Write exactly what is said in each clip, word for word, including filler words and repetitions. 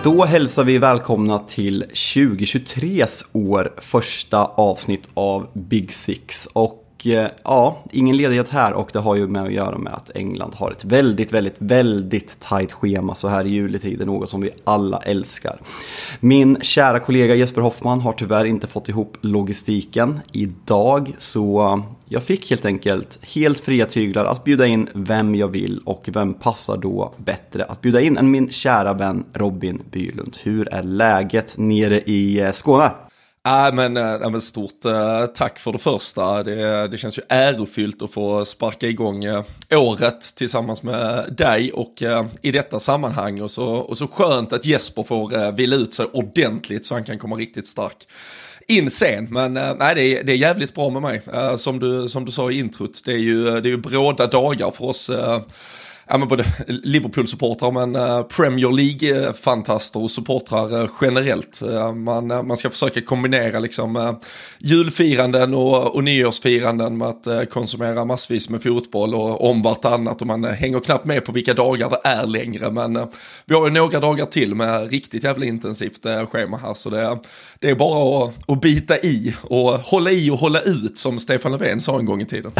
Då hälsar vi välkomna till tjugohundratjugotres år första avsnitt av Big Six. Och ja, ingen ledighet här, och det har ju med att göra med att England har ett väldigt, väldigt, väldigt tajt schema så här i juletiden, något som vi alla älskar. Min kära kollega Jesper Hoffman har tyvärr inte fått ihop logistiken idag, så jag fick helt enkelt helt fria tyglar att bjuda in vem jag vill, och vem passar då bättre att bjuda in än min kära vän Robin Bylund. Hur är läget nere i Skåne? Äh, men, äh, men stort äh, tack för det första. Det, det känns ju ärofyllt att få sparka igång äh, året tillsammans med dig och äh, i detta sammanhang. Och så, och så skönt att Jesper får äh, vila ut sig ordentligt så han kan komma riktigt stark in sen. Men äh, nej, det är, det är jävligt bra med mig. Äh, som, du, som du sa i introt, det är ju, det är ju bråda dagar för oss. Äh, Ja, men både Liverpool-supportrar men uh, Premier League-fantaster och supportrar uh, generellt. Uh, man, uh, man ska försöka kombinera liksom, uh, julfiranden och, och nyårsfiranden med att uh, konsumera massvis med fotboll och om vartannat. Och man uh, hänger knappt med på vilka dagar det är längre. Men uh, vi har ju några dagar till med riktigt jävla intensivt uh, schema här. Så det, det är bara att, att bita i och hålla i och hålla ut, som Stefan Löfven sa en gång i tiden.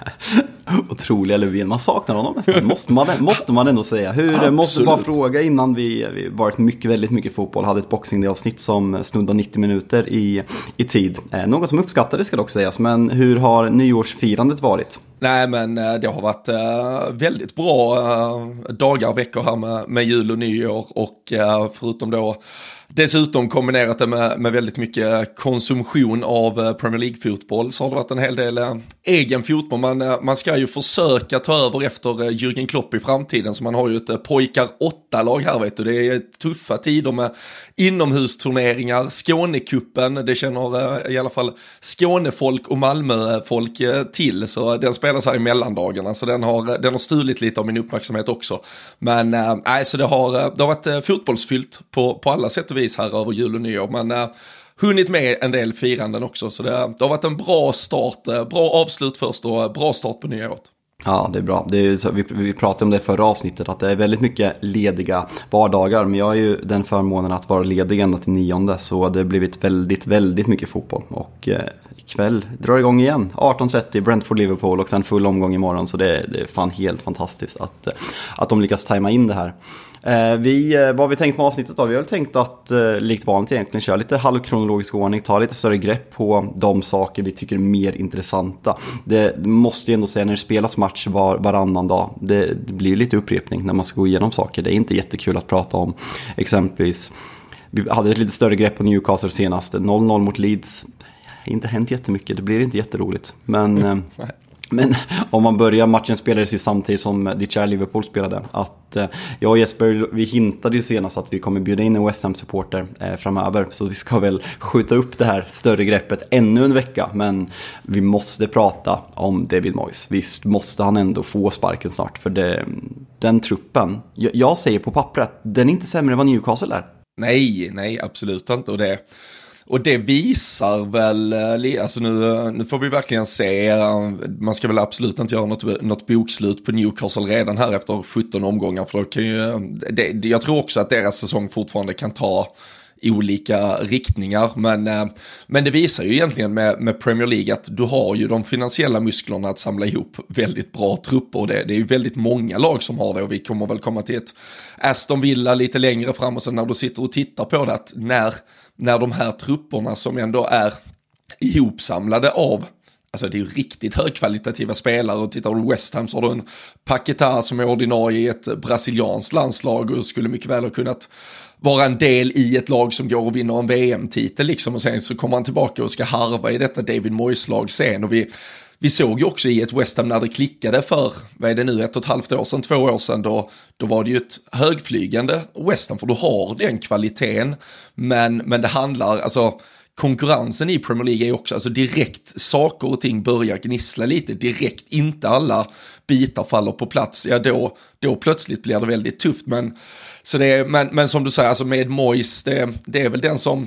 Otroliga Löfven, man saknar honom nästan. Måste man, måste man ändå säga. Hur, Absolut. Måste bara fråga innan vi, vi varit mycket, väldigt mycket fotboll. Hade ett boxing-avsnitt som snuddade nittio minuter i, i tid. Eh, något som uppskattades ska dock sägas. Men hur har nyårsfirandet varit? Nej, men det har varit uh, väldigt bra uh, dagar och veckor här med, med jul och nyår, och uh, förutom då dessutom kombinerat det med, med väldigt mycket konsumtion av uh, Premier League-fotboll, så har det varit en hel del uh, egen fotboll. Man, uh, man ska ju försöka ta över efter uh, Jürgen Klopp i framtiden, så man har ju ett uh, pojkar åtta-lag här, vet du. Det är tuffa tider med inomhusturneringar, Skånekuppen, det känner uh, i alla fall Skånefolk och Malmöfolk uh, till, så den spelas här i mellandagarna, så den har, den har stulit lite av min uppmärksamhet också. Men äh, nej, så det har, det har varit äh, fotbollsfyllt på, på alla sätt och vis här över jul och nyår, men äh, hunnit med en del firanden också, så det, det har varit en bra start, äh, bra avslut först och äh, bra start på nyåret. Ja, det är bra. Det är så, vi, vi pratade om det förra avsnittet, att det är väldigt mycket lediga vardagar. Men jag har ju den förmånen att vara ledig ända till nionde, så det har blivit väldigt, väldigt mycket fotboll. Och eh, ikväll drar igång igen. arton trettio, Brentford-Liverpool, och sen full omgång imorgon. Så det, det är fan helt fantastiskt att, att de lyckas tajma in det här. Eh, vi, eh, vad har vi tänkt med avsnittet då? Vi har tänkt att eh, likt vanligt egentligen köra lite halvkronologisk ordning, ta lite större grepp på de saker vi tycker är mer intressanta. Det måste ju ändå säga, när det spelas match var, varannan dag, det, det blir lite upprepning när man ska gå igenom saker. Det är inte jättekul att prata om exempelvis, vi hade ett lite större grepp på Newcastle senast, noll noll mot Leeds. Det har inte hänt jättemycket, det blir inte jätteroligt, men eh, Men om man börjar, matchen spelades ju samtidigt som ditt kära Liverpool spelade. Att eh, jag och Jesper, vi hintade ju senast att vi kommer bjuda in en West Ham-supporter eh, framöver. Så vi ska väl skjuta upp det här större greppet ännu en vecka. Men vi måste prata om David Moyes. Visst måste han ändå få sparken snart. För det, den truppen, jag, jag säger på pappret, den är inte sämre än vad Newcastle är. Nej, nej, absolut inte. Och det... Och det visar väl, alltså nu, nu får vi verkligen se, man ska väl absolut inte göra något, något bokslut på Newcastle redan här efter sjutton omgångar, för då kan ju, det, jag tror också att deras säsong fortfarande kan ta olika riktningar, men, men det visar ju egentligen med, med Premier League att du har ju de finansiella musklerna att samla ihop väldigt bra trupper, och det, det är ju väldigt många lag som har det, och vi kommer väl komma till ett Aston Villa lite längre fram, och sen när du sitter och tittar på det, att när när de här trupperna som ändå är ihopsamlade av, alltså det är ju riktigt högkvalitativa spelare, och tittar du West Ham så har du en Paquetá som är ordinarie i ett brasilianskt landslag och skulle mycket väl ha kunnat vara en del i ett lag som går och vinner en V M-titel liksom, och sen så kommer han tillbaka och ska harva i detta David Moyes-lag sen, och vi Vi såg ju också i ett West Ham när det klickade för, vad är det nu, ett och ett halvt år sedan, två år sedan, då, då var det ju ett högflygande West Ham, för du har den kvaliteten, men, men det handlar, alltså konkurrensen i Premier League är också, alltså direkt saker och ting börjar gnissla lite, direkt inte alla bitar faller på plats, ja då, då plötsligt blir det väldigt tufft, men, så det är, men, men som du säger, alltså med Moyes, det, det är väl den som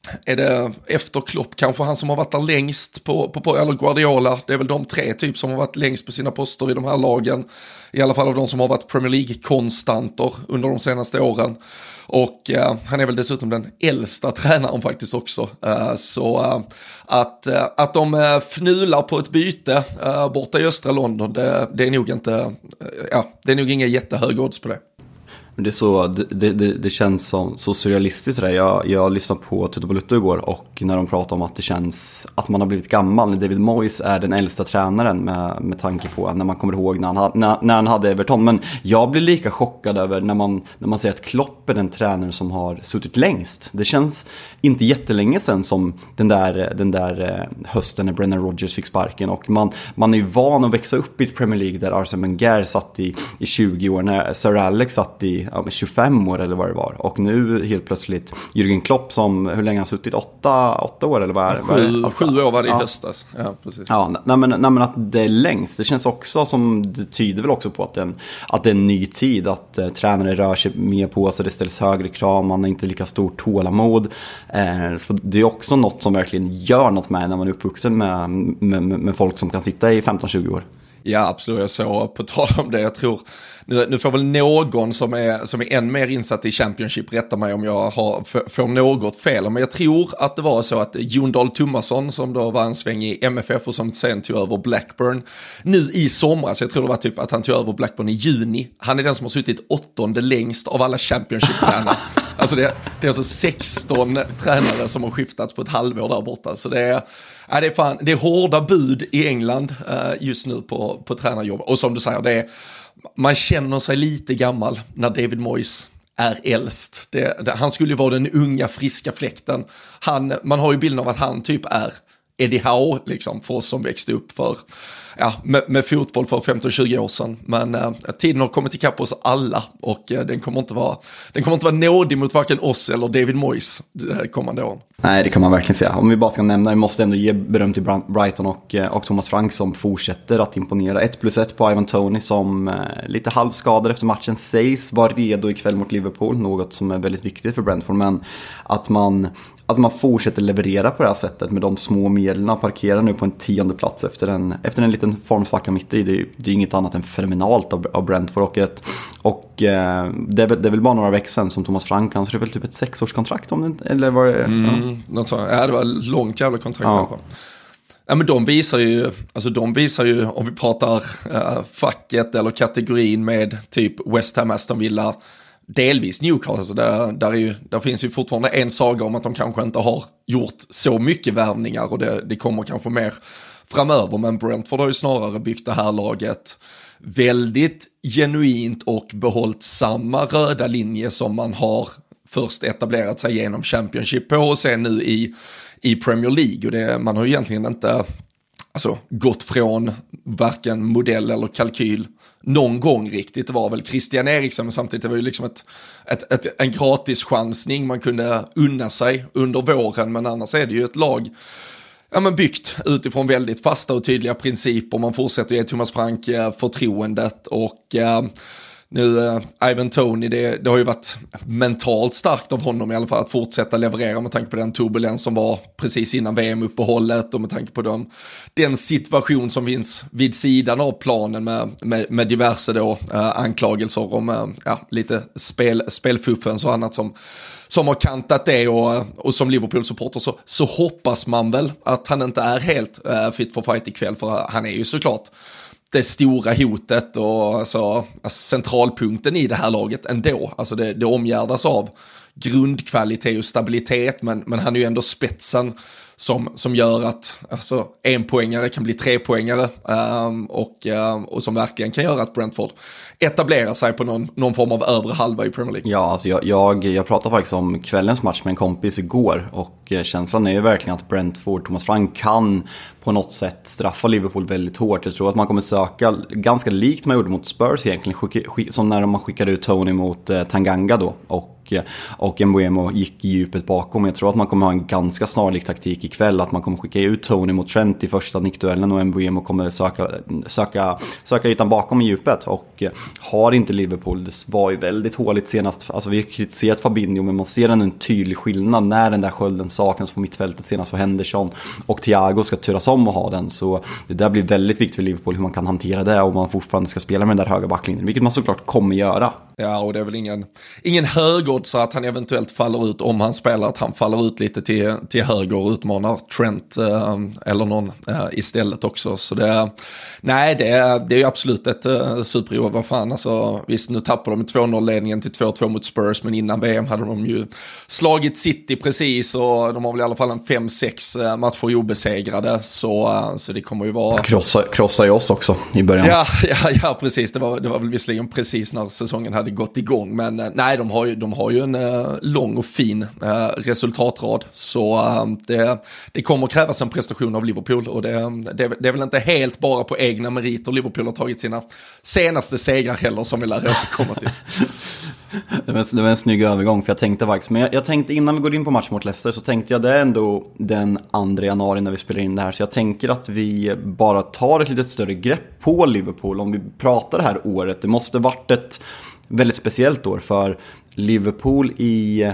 är det efter Klopp kanske han som har varit där längst på, på, på eller Guardiola, det är väl de tre typ som har varit längst på sina poster i de här lagen, i alla fall av de som har varit Premier League-konstanter under de senaste åren. Och eh, han är väl dessutom den äldsta tränaren faktiskt också. Eh, så eh, att, eh, att de eh, fnular på ett byte eh, borta i östra London, det, det är nog inte, eh, ja, det är nog inga jättehöga odds på det. Men det är så, det, det, det känns som så surrealistiskt det. Jag, jag lyssnade på Tutu Balutto igår och när de pratar om att det känns att man har blivit gammal. När David Moyes är den äldsta tränaren med, med tanke på när man kommer ihåg när han, när, när han hade Everton. Men jag blir lika chockad över när man, när man säger att Klopp är den tränare som har suttit längst. Det känns inte jättelänge sedan som den där, den där hösten när Brendan Rodgers fick sparken. Och man, man är ju van att växa upp i ett Premier League där Arsene Wenger satt i, i tjugo år, när Sir Alex satt i ja, tjugofem år eller vad det var. Och nu helt plötsligt Jürgen Klopp som, hur länge har han suttit? Åtta, åtta år eller vad är det? Sju, sju år var det i ja. höstas. Ja, precis. Ja, nej men, nej men att det är längst. Det känns också som, det tyder väl också på att, den, att det är en ny tid. Att eh, tränare rör sig mer på sig, det ställs högre krav, man har inte lika stor tålamod. Eh, så det är också något som verkligen gör något med när man är uppvuxen med, med, med, med folk som kan sitta i femton tjugo år. Ja, absolut. Jag så på tal om det. Jag tror, nu, nu får väl någon som är, som är än mer insatt i Championship rätta mig om jag har, får något fel. Men jag tror att det var så att Jon Dahl Tomasson, som då var en sväng i M F F och som sen tog över Blackburn, nu i somras, jag tror det var typ att han tog över Blackburn i juni. Han är den som har suttit åttonde längst av alla Championship-tränare. Alltså det, det är alltså sexton tränare som har skiftat på ett halvår där borta. Så det är, ja, det är, fan, det är hårda bud i England uh, just nu på, på tränarjobb. Och som du säger, det är, man känner sig lite gammal när David Moyes är äldst. Det, det, han skulle ju vara den unga friska fläkten. Han, man har ju bilden av att han typ är Eddie Howe liksom, för oss som växte upp för, ja, med, med fotboll för femton tjugo år sedan. Men eh, tiden har kommit ikapp oss alla och eh, den kommer inte vara den kommer inte vara nådig mot varken oss eller David Moyes det kommande åren. Nej, det kan man verkligen säga. Om vi bara ska nämna, vi måste ändå ge beröm till Brighton och, och Thomas Frank som fortsätter att imponera. ett plus ett på Ivan Toney som eh, lite halvskadad efter matchen sägs var redo ikväll mot Liverpool. Något som är väldigt viktigt för Brentford. Men att man, att man fortsätter leverera på det här sättet med de små medlen och parkerar nu på en tionde plats efter en, efter en liten formsvacka mitt i. Det är, det är inget annat än fenomenalt av, av Brentford. Och, ett, och eh, det, är, det är väl bara några veckor sedan som Thomas Frank, han skrev väl typ ett sexårskontrakt om det, eller var det? Mm. Ja. Något så, ja, det var långt jävla kontrakt. Ja. Ja, men de visar ju, alltså de visar ju, om vi pratar uh, facket eller kategorin med typ West Ham, Aston Villa, delvis Newcastle, alltså där, där, är ju, där finns ju fortfarande en saga om att de kanske inte har gjort så mycket värvningar och det, det kommer kanske mer framöver, men Brentford har ju snarare byggt det här laget väldigt genuint och behållit samma röda linje som man har först etablerat sig genom Championship på och sen nu i, i Premier League. Och det, man har ju egentligen inte alltså, gått från varken modell eller kalkyl någon gång riktigt. Det var väl Christian Eriksen, men samtidigt det var ju liksom ett, ett, ett, en gratis chansning man kunde unna sig under våren. Men annars är det ju ett lag ja, men byggt utifrån väldigt fasta och tydliga principer. Man fortsätter ge Thomas Frank förtroendet och eh, nu uh, Ivan Toney, det, det har ju varit mentalt starkt av honom i alla fall att fortsätta leverera med tanke på den turbulens som var precis innan V M-uppehållet och med tanke på dem, den situation som finns vid sidan av planen med, med, med diverse då, uh, anklagelser om uh, ja, lite spel, spelfuffens och annat som, som har kantat det och, och som Liverpool-supporter så, så hoppas man väl att han inte är helt uh, fit for fight ikväll, för han är ju såklart det stora hotet och alltså, alltså centralpunkten i det här laget ändå. Alltså det, det omgärdas av grundkvalitet och stabilitet, men, men han är ju ändå spetsen som, som gör att alltså, en poängare kan bli tre poängare um, och, um, och som verkligen kan göra att Brentford etablerar sig på någon, någon form av övre halva i Premier League. Ja, alltså jag, jag, jag pratade faktiskt om kvällens match med en kompis igår och känslan är ju verkligen att Brentford, Thomas Frank kan på något sätt straffa Liverpool väldigt hårt. Jag tror att man kommer söka ganska likt man gjorde mot Spurs egentligen, som när man skickade ut Tony mot eh, Tanganga då och, och Mbeumo gick i djupet bakom. Jag tror att man kommer ha en ganska snarlik taktik ikväll att man kommer skicka ut Tony mot Trent i första nickduellen och Mbeumo kommer söka, söka, söka ytan bakom i djupet. Och har inte Liverpool, det var ju väldigt håligt senast, alltså vi har kritiserat Fabinho, men man ser en tydlig skillnad när den där skölden saknas på mittfältet senast för Henderson och Thiago ska turas om och ha den. Så det där blir väldigt viktigt för Liverpool hur man kan hantera det och man fortfarande ska spela med den där höga backlinjen, vilket man såklart kommer göra. Ja, och det är väl ingen, ingen högodds att han eventuellt faller ut om han spelar, att han faller ut lite till, till höger och utmanar Trent eh, eller någon eh, istället också. Så det, nej, det är, det är ju absolut ett eh, superår. Vad fan, alltså, visst, nu tappar de två noll-ledningen till två två mot Spurs, men innan V M hade de ju slagit City precis och de har väl i alla fall en fem sex matcher obesegrade, så, så det kommer ju vara... Krossa, krossa i oss också i början. Ja, ja, ja precis. Det var, det var väl visserligen precis när säsongen hade gått igång, men nej, de har ju, de har ju en uh, lång och fin uh, resultatrad, så uh, det, det kommer krävas en prestation av Liverpool, och det, det, det är väl inte helt bara på egna meriter Liverpool har tagit sina senaste segrar heller, som vi lär återkomma till. Det var, det var en snygg övergång, för jag tänkte faktiskt, men jag, jag tänkte innan vi går in på match mot Leicester så tänkte jag det är ändå den andra januari när vi spelar in det här, så jag tänker att vi bara tar ett lite större grepp på Liverpool om vi pratar det här året. Det måste varit ett väldigt speciellt år för Liverpool i,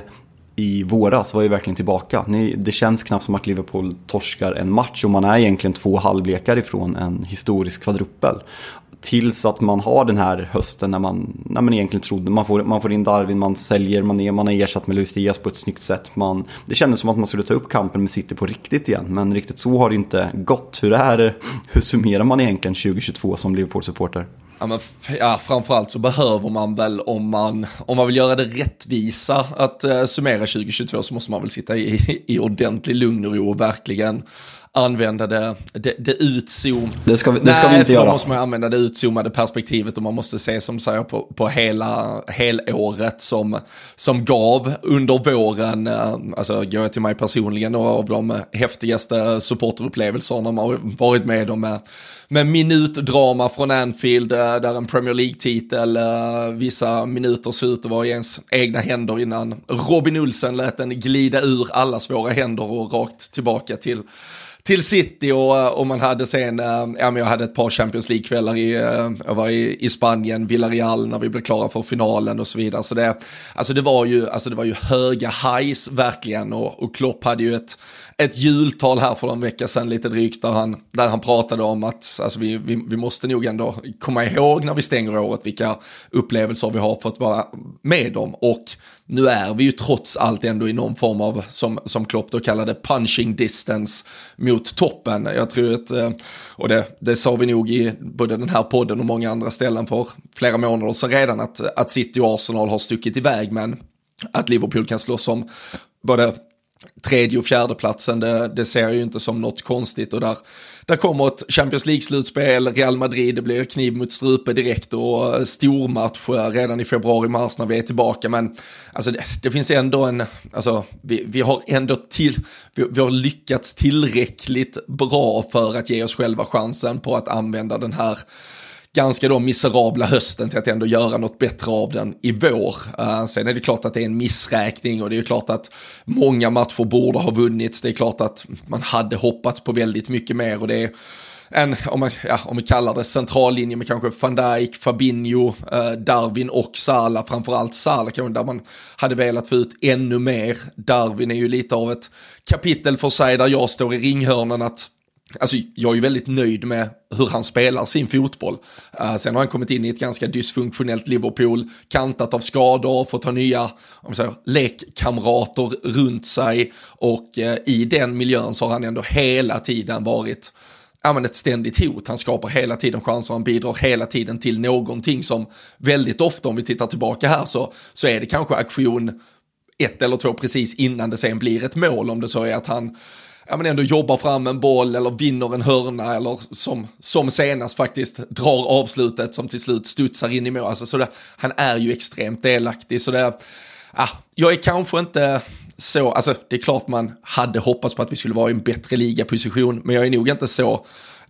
i våras var ju verkligen tillbaka. Ni, det känns knappt som att Liverpool torskar en match och man är egentligen två halvlekar ifrån en historisk kvadruppel. Tills att man har den här hösten när man, när man egentligen trodde man får, man får in Darwin, man säljer, man är, man är ersatt med Luis Diaz på ett snyggt sätt. Man, det kändes som att man skulle ta upp kampen med City på riktigt igen, men riktigt så har det inte gått. Hur, är, hur summerar man egentligen tjugohundratjugotvå som Liverpool-supporter? Ja, men, ja, framförallt så behöver man väl, om man, om man vill göra det rättvisa att uh, summera tjugohundratjugotvå, så måste man väl sitta i, i ordentlig lugn och ro och verkligen använda det, det, det utzoom. Det ska vi, det Nej, ska vi inte göra. Nej, måste man använda det utzoomade perspektivet, och man måste se, som säger, på, på hela helåret som, som gav under våren. Alltså går jag till mig personligen, några av de häftigaste supporterupplevelserna man har varit med om, med, med minutdrama från Anfield, där en Premier League-titel vissa minuter ser ut att vara i ens egna händer innan Robin Olsen lät den glida ur alla svåra händer och rakt tillbaka till till City, och, och man hade sen, ja, men jag hade ett par Champions League-kvällar i, jag var i, i Spanien, Villarreal, när vi blev klara för finalen och så vidare. Så det, alltså det var ju, alltså det var ju höga highs verkligen, och, och Klopp hade ju ett, ett jultal här för en vecka sedan lite drygt, där han, där han pratade om att alltså vi, vi, vi måste nog ändå komma ihåg när vi stänger året vilka upplevelser vi har fått vara med om, och nu är vi ju trots allt ändå i någon form av, som, som Klopp då kallade, punching distance mot toppen. Jag tror att, och det, det sa vi nog i både den här podden och många andra ställen för flera månader så redan, att, att City och Arsenal har stuckit iväg, men att Liverpool kan slåss om både tredje och fjärde platsen, det, det ser jag ju inte som något konstigt, och där, där kommer ett Champions League-slutspel, Real Madrid, det blir kniv mot strupe direkt, och stormatch redan i februari-mars när vi är tillbaka, men alltså det, det finns ändå en, alltså vi, vi har ändå till, vi, vi har lyckats tillräckligt bra för att ge oss själva chansen på att använda den här ganska då miserabla hösten till att ändå göra något bättre av den i vår. Uh, sen är det klart att det är en missräkning, och det är klart att många matcher borde ha vunnits. Det är klart att man hade hoppats på väldigt mycket mer, och det är en, om, man, ja, om vi kallar det centrallinje med kanske Van Dijk, Fabinho, uh, Darwin och Salah, framförallt Salah kanske, där man hade velat få ut ännu mer. Darwin är ju lite av ett kapitel för sig, där jag står i ringhörnan att alltså, jag är ju väldigt nöjd med hur han spelar sin fotboll. Uh, sen har han kommit in i ett ganska dysfunktionellt Liverpool, kantat av skador, fått ha nya om man säger, lekkamrater runt sig, och uh, i den miljön så har han ändå hela tiden varit ja, men ett ständigt hot. Han skapar hela tiden chanser, han bidrar hela tiden till någonting som väldigt ofta, om vi tittar tillbaka här, så, så är det kanske aktion ett eller två precis innan det sen blir ett mål, om det så är att han ja, men ändå jobbar fram en boll eller vinner en hörna, eller som, som senast faktiskt drar avslutet som till slut studsar in i mål. Alltså, så det, han är ju extremt delaktig, så det, ja, jag är kanske inte så, alltså det är klart man hade hoppats på att vi skulle vara i en bättre ligaposition, men jag är nog inte så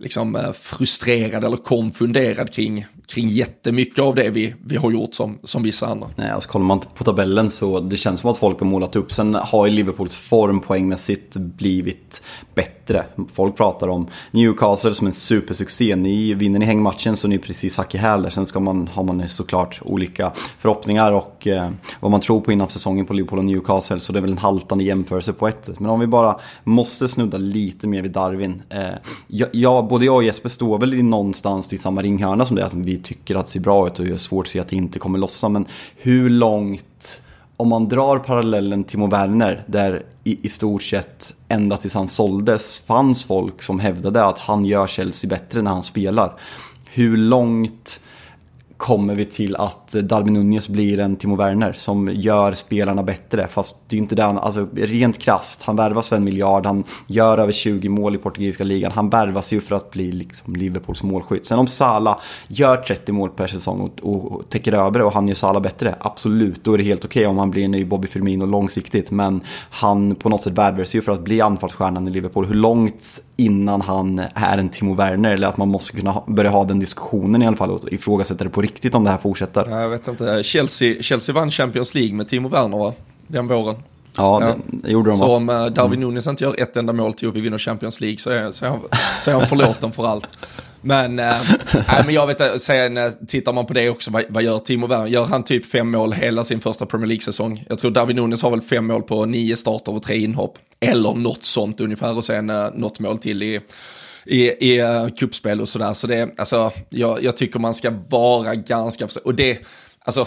liksom frustrerad eller konfunderad kring, kring jättemycket av det vi, vi har gjort som, som vissa andra. Nej, alltså kollar man på tabellen så det känns som att folk har målat upp. Sen har ju Liverpools form poängmässigt blivit bättre. Folk pratar om Newcastle som en supersuccé. Ni vinner ni hängmatchen så ni precis hack i häl där. Sen ska man, har man såklart olika förhoppningar och eh, vad man tror på innan säsongen på Liverpool och Newcastle. Så det är väl en haltande jämförelse på ett sätt. Men om vi bara måste snudda lite mer vid Darwin. Eh, jag, jag, både jag och Jesper står väl i någonstans i samma ringhörna som det, att vi tycker att det ser bra ut och det är svårt att se att det inte kommer lossa. Men hur långt, om man drar parallellen till Timo Werner, där i, i stort sett ända tills han såldes fanns folk som hävdade att han gör Chelsea bättre när han spelar. Hur långt kommer vi till att Darwin Núñez blir en Timo Werner som gör spelarna bättre? Fast det är inte den, alltså rent krasst, han värvas för en miljard, han gör över tjugo mål i portugisiska ligan, han värvas ju för att bli liksom Liverpools målskytt. Sen om Salah gör trettio mål per säsong och, och, och täcker över och han gör Salah bättre, absolut, då är det helt okej om han blir en ny Bobby Firmino långsiktigt, men han på något sätt värvas ju för att bli anfallsstjärnan i Liverpool. Hur långt innan han är en Timo Werner, eller att man måste kunna ha, börja ha den diskussionen i alla fall och ifrågasätta det på riktigt om det här fortsätter? Jag vet inte, Chelsea, Chelsea vann Champions League med Timo Werner, va? Den våren. Ja, det, ja. det gjorde de. Så om uh, Darwin Núñez inte gör ett enda mål till och vi vinner Champions League så är, så är, han, så är han förlåten för allt. Men, äh, nej, men jag vet, sen tittar man på det också, vad, vad gör Timo Werner? Gör han typ fem mål hela sin första Premier League-säsong? Jag tror Darwin Núñez har väl fem mål på nio starter och tre inhopp. Eller något sånt ungefär, och sen uh, något mål till i i, i uh, kuppspel och sådär. Så det, alltså, jag, jag tycker man ska vara ganska, och det, alltså,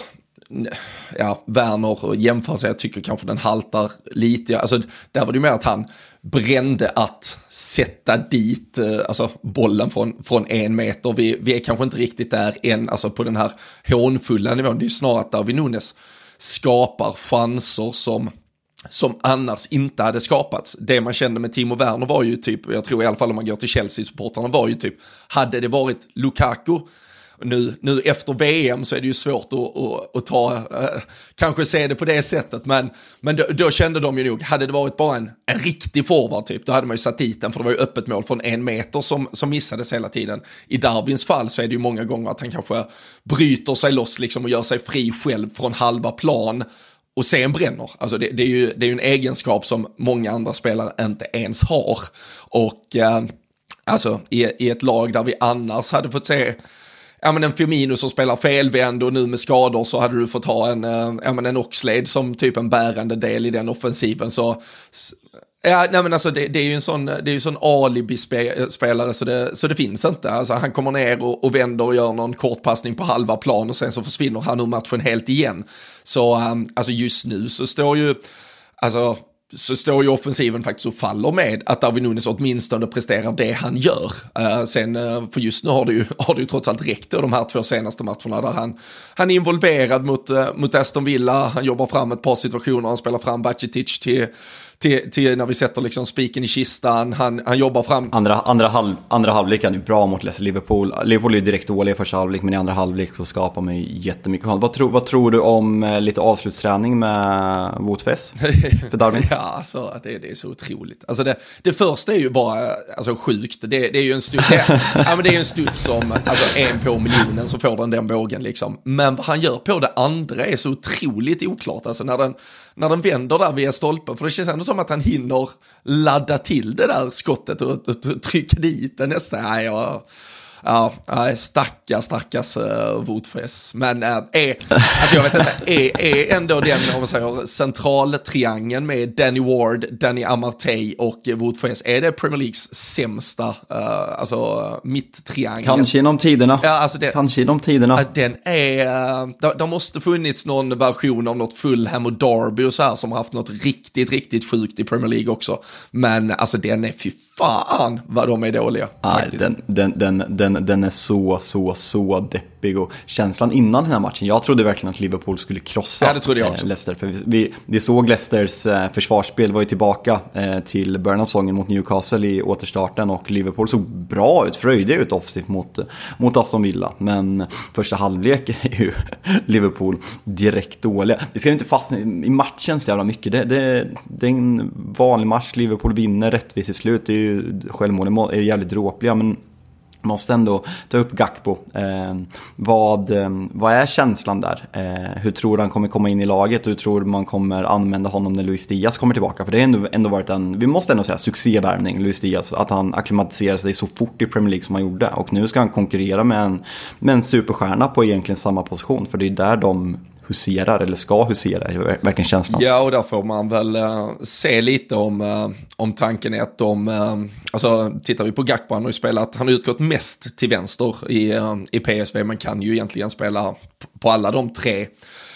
ja, Werner och jämförelse, jag tycker kanske den haltar lite. Alltså, där var det mer att han brände att sätta dit uh, alltså, bollen från, från en meter. Vi, vi är kanske inte riktigt där än, alltså på den här hånfulla nivån. Det är ju snarare att Darwin Núñez skapar chanser som som annars inte hade skapats. Det man kände med Timo Werner var ju typ, jag tror i alla fall om man går till Chelsea-supportrarna, var ju typ, hade det varit Lukaku, nu, nu efter V M så är det ju svårt att, att, att ta, eh, kanske se det på det sättet, men, men då, då kände de ju nog, hade det varit bara en, en riktig forward typ, då hade man ju satt dit den, för det var ju öppet mål från en meter som, som missades hela tiden. I Darwins fall så är det ju många gånger att han kanske bryter sig loss liksom och gör sig fri själv från halva plan och sen bränner. Alltså det, det är ju det är ju en egenskap som många andra spelare inte ens har. Och eh, alltså i, i ett lag där vi annars hade fått se, ja men en Firmino som spelar felvänd och nu med skador, så hade du fått ha en, eh, ja men en Oxlade som typ en bärande del i den offensiven. Så ja, nej men alltså det, det är ju en sån, det är ju sån alibi-spelare så det, så det finns inte. Alltså han kommer ner och, och vänder och gör någon kortpassning på halva plan och sen så försvinner han ur matchen helt igen. Så um, alltså just nu så står ju, alltså så står ju offensiven faktiskt och faller med att Darwin Núñez åtminstone presterar det han gör. Uh, sen, uh, för just nu har det ju, har det ju trots allt räckt de här två senaste matcherna där han, han är involverad mot, uh, mot Aston Villa, han jobbar fram ett par situationer, han spelar fram Bajcetic till Till, till när vi sätter liksom spiken i kistan, han, han jobbar fram. Andra, andra, halv, andra halvlek är ju bra mot Leicester. Liverpool. Liverpool är ju direkt dåliga i första halvlek, men i andra halvlek så skapar man ju jättemycket. Vad, tro, vad tror du om eh, lite avslutsträning med Woutfes för Darwin? Ja, alltså, det, det är så otroligt. Alltså det, det första är ju bara alltså, sjukt. Det, det är ju en studs, det, ja, men det är ju en studs som alltså, en på miljonen så får den den bågen liksom. Men vad han gör på det andra är så otroligt oklart. Alltså när den, när den vänder där via stolpen, för det känns ändå som att han hinner ladda till det där skottet och, och, och trycka dit det nästa. Nej, jag, ja, stackars, stackars uh, Woutfes. Men uh, är, alltså jag vet inte, är, är ändå den, om man säger, centraltriangeln med Danny Ward, Danny Amartey och Woutfes, är det Premier Leagues sämsta, uh, alltså mitt-triangel? Kanske inom tiderna. Ja, alltså det, Kanske inom tiderna. Uh, den är, uh, det, det måste funnits någon version av något Fulham och Derby och så här som har haft något riktigt, riktigt sjukt i Premier League också. Men alltså den är, fy fan vad de är dåliga. Nej, den, den, den, den Den är så, så, så deppig. Och känslan innan den här matchen, jag trodde verkligen att Liverpool skulle krossa ja, det trodde jag också. eh, Leicester. För vi, vi, vi såg Leicesters eh, försvarsspel var ju tillbaka eh, till början av säsongen mot Newcastle i återstarten. Och Liverpool såg bra ut, fröjde ut offensivt mot, mot Aston Villa. Men första halvlek är ju Liverpool direkt dåliga. Vi ska ju inte fastna i matchen så jävla mycket. Det, det, det är en vanlig match, Liverpool vinner rättvis i slut. Det är ju, självmålen är jävligt dråpliga, men Måste ändå ta upp Gakpo. Eh, vad, eh, vad är känslan där? Eh, hur tror han kommer komma in i laget? Hur tror man kommer använda honom när Luis Diaz kommer tillbaka? För det har ändå, ändå varit en, vi måste ändå säga, succévärvning, Luis Diaz. Att han akklimatiserar sig så fort i Premier League som han gjorde. Och nu ska han konkurrera med en, med en superstjärna på egentligen samma position. För det är där de huserar, eller ska husera, är verkligen känslan. Ja, och där får man väl uh, se lite om, uh, om tanken är att de, uh, alltså tittar vi på Gakpo, han har ju spelat, han har utgått mest till vänster i, uh, i P S V, men kan ju egentligen spela på alla de tre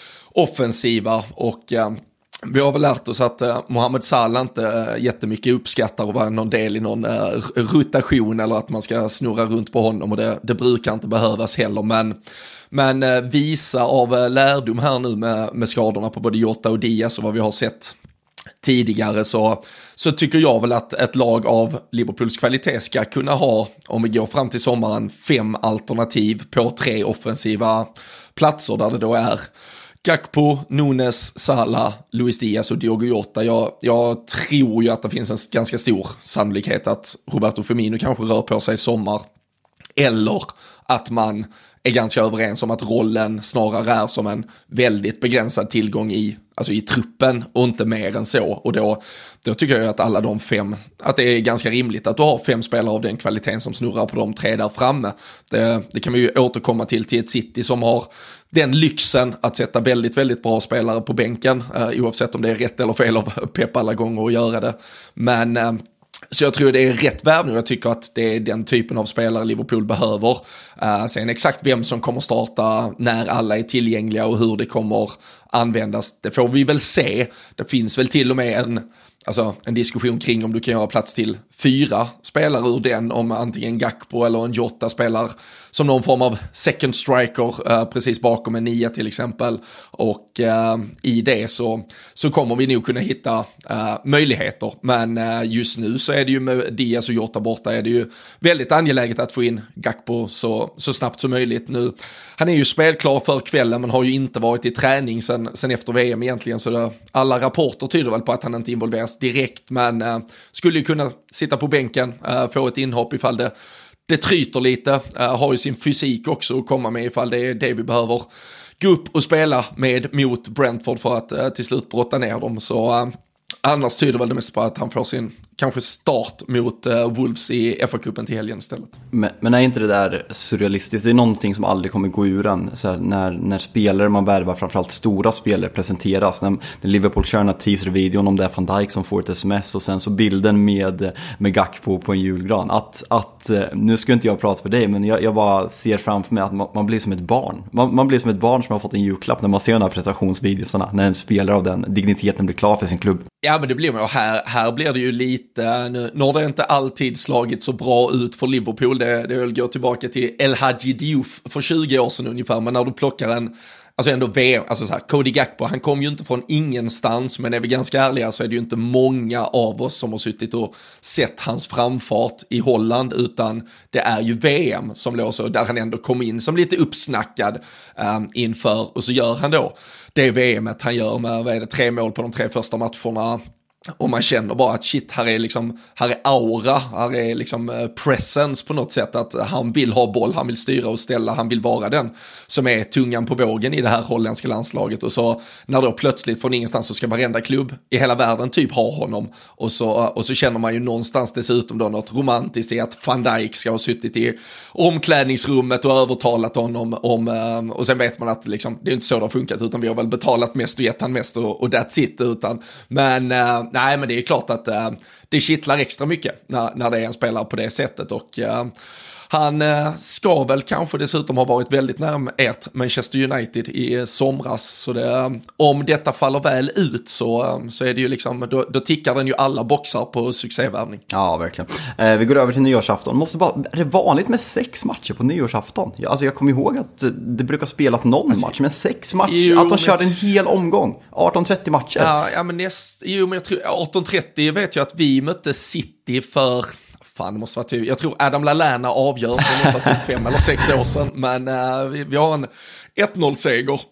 offensiva, och uh, vi har väl lärt oss att uh, Mohamed Salah inte uh, jättemycket uppskattar att vara någon del i någon uh, rotation, eller att man ska snurra runt på honom, och det, det brukar inte behövas heller, men Men eh, visa av eh, lärdom här nu med, med skadorna på både Jota och Diaz och vad vi har sett tidigare, så, så tycker jag väl att ett lag av Liverpools kvalitet ska kunna ha, om vi går fram till sommaren, fem alternativ på tre offensiva platser, där det då är Gakpo, Nunes, Salah, Luis Diaz och Diogo Jota. Jag, jag tror ju att det finns en ganska stor sannolikhet att Roberto Firmino kanske rör på sig i sommar, eller att man är ganska överens om att rollen snarare är som en väldigt begränsad tillgång i, alltså i truppen, och inte mer än så. Och då, då tycker jag att alla de fem, att det är ganska rimligt att du har fem spelare av den kvaliteten som snurrar på de tre där framme. Det, det kan vi ju återkomma till till ett City som har den lyxen att sätta väldigt, väldigt bra spelare på bänken, eh, oavsett om det är rätt eller fel av Pep alla gånger att göra det. Men eh, så jag tror det är rätt värvning, och jag tycker att det är den typen av spelare Liverpool behöver. Uh, sen exakt vem som kommer starta när alla är tillgängliga och hur det kommer användas, det får vi väl se. Det finns väl till och med en, alltså en diskussion kring om du kan göra plats till fyra spelare ur den, om antingen Gakpo eller en Jota spelar som någon form av second striker uh, precis bakom en nia till exempel, och uh, i det så, så kommer vi nog kunna hitta uh, möjligheter, men uh, just nu så är det ju med Diaz och Jota borta, är det ju väldigt angeläget att få in Gakpo så, så snabbt som möjligt nu. Han är ju spelklar för kvällen, men har ju inte varit i träning sen, sen efter V M egentligen, så det, alla rapporter tyder väl på att han inte involveras direkt, men uh, skulle ju kunna sitta på bänken, uh, få ett inhopp ifall det Det tryter lite, uh, har ju sin fysik också att komma med ifall det är det vi behöver gå upp och spela med mot Brentford för att uh, till slut brotta ner dem. Så uh, annars tyder väl det mest på att han får sin kanske start mot uh, Wolves i F A-cupen till helgen istället. Men, men är inte det där surrealistiskt? Det är någonting som aldrig kommer gå ur en. Så här, när, när spelare man värvar, framförallt stora spelare, presenteras. När, när Liverpool kör den här teaser-videon om det är Van Dijk som får ett sms, och sen så bilden med, med Gakpo på en julgran. Att, att, nu ska inte jag prata för dig, men jag, jag bara ser framför mig att man, man blir som ett barn. Man, man blir som ett barn som har fått en julklapp när man ser de här presentationsvideorna, när en spelare av den digniteten blir klar för sin klubb. Ja, men det blir man. Här, här blir det ju lite, nu, nu har det inte alltid slagit så bra ut för Liverpool. Det, det vill gå tillbaka till El Hadji Diouf för tjugo år sedan ungefär, men när du plockar en, alltså ändå V M, alltså så här, Cody Gakpo, han kom ju inte från ingenstans, men är vi ganska ärliga så är det ju inte många av oss som har suttit och sett hans framfart i Holland, utan det är ju V M som låser, där han ändå kom in som lite uppsnackad um, inför, och så gör han då det V M-et han gör med, vad är det, tre mål på de tre första matcherna. Och man känner bara att shit, här är liksom, här är aura, här är liksom uh, presence på något sätt, att han vill ha boll, han vill styra och ställa, han vill vara den som är tungan på vågen i det här holländska landslaget. Och så när då plötsligt från ingenstans så ska varenda klubb i hela världen typ ha honom, och så, och så känner man ju någonstans dessutom då något romantiskt i att Van Dijk ska ha suttit i omklädningsrummet och övertalat honom om, uh, och sen vet man att liksom, det är inte så det har funkat, utan vi har väl betalat mest och gett han mest, och, och that's it, utan, men uh, nej, men det är klart att uh, det kittlar extra mycket när, när det är en spelare på det sättet, och uh, han uh, ska väl kanske dessutom ha varit väldigt nära ett Manchester United i somras, så det, uh, om detta faller väl ut så, uh, så är det ju liksom, då, då tickar den ju alla boxar på succévärvning. Ja, verkligen. Eh, vi går över till nyårsafton. Måste bara, är det vanligt med sex matcher på nyårsafton? Jag, alltså jag kommer ihåg att det brukar spelas någon alltså, match, men sex matcher, jo, att de kör en hel omgång, arton trettio matcher. Ja, ja men näst, jo, men jag tror arton trettio vet jag att vi mötte City för... Fan, det måste vara typ, jag tror Adam Lallana avgör, så det måste vara typ fem eller sex år sedan, men uh, vi, vi har en ett noll-seger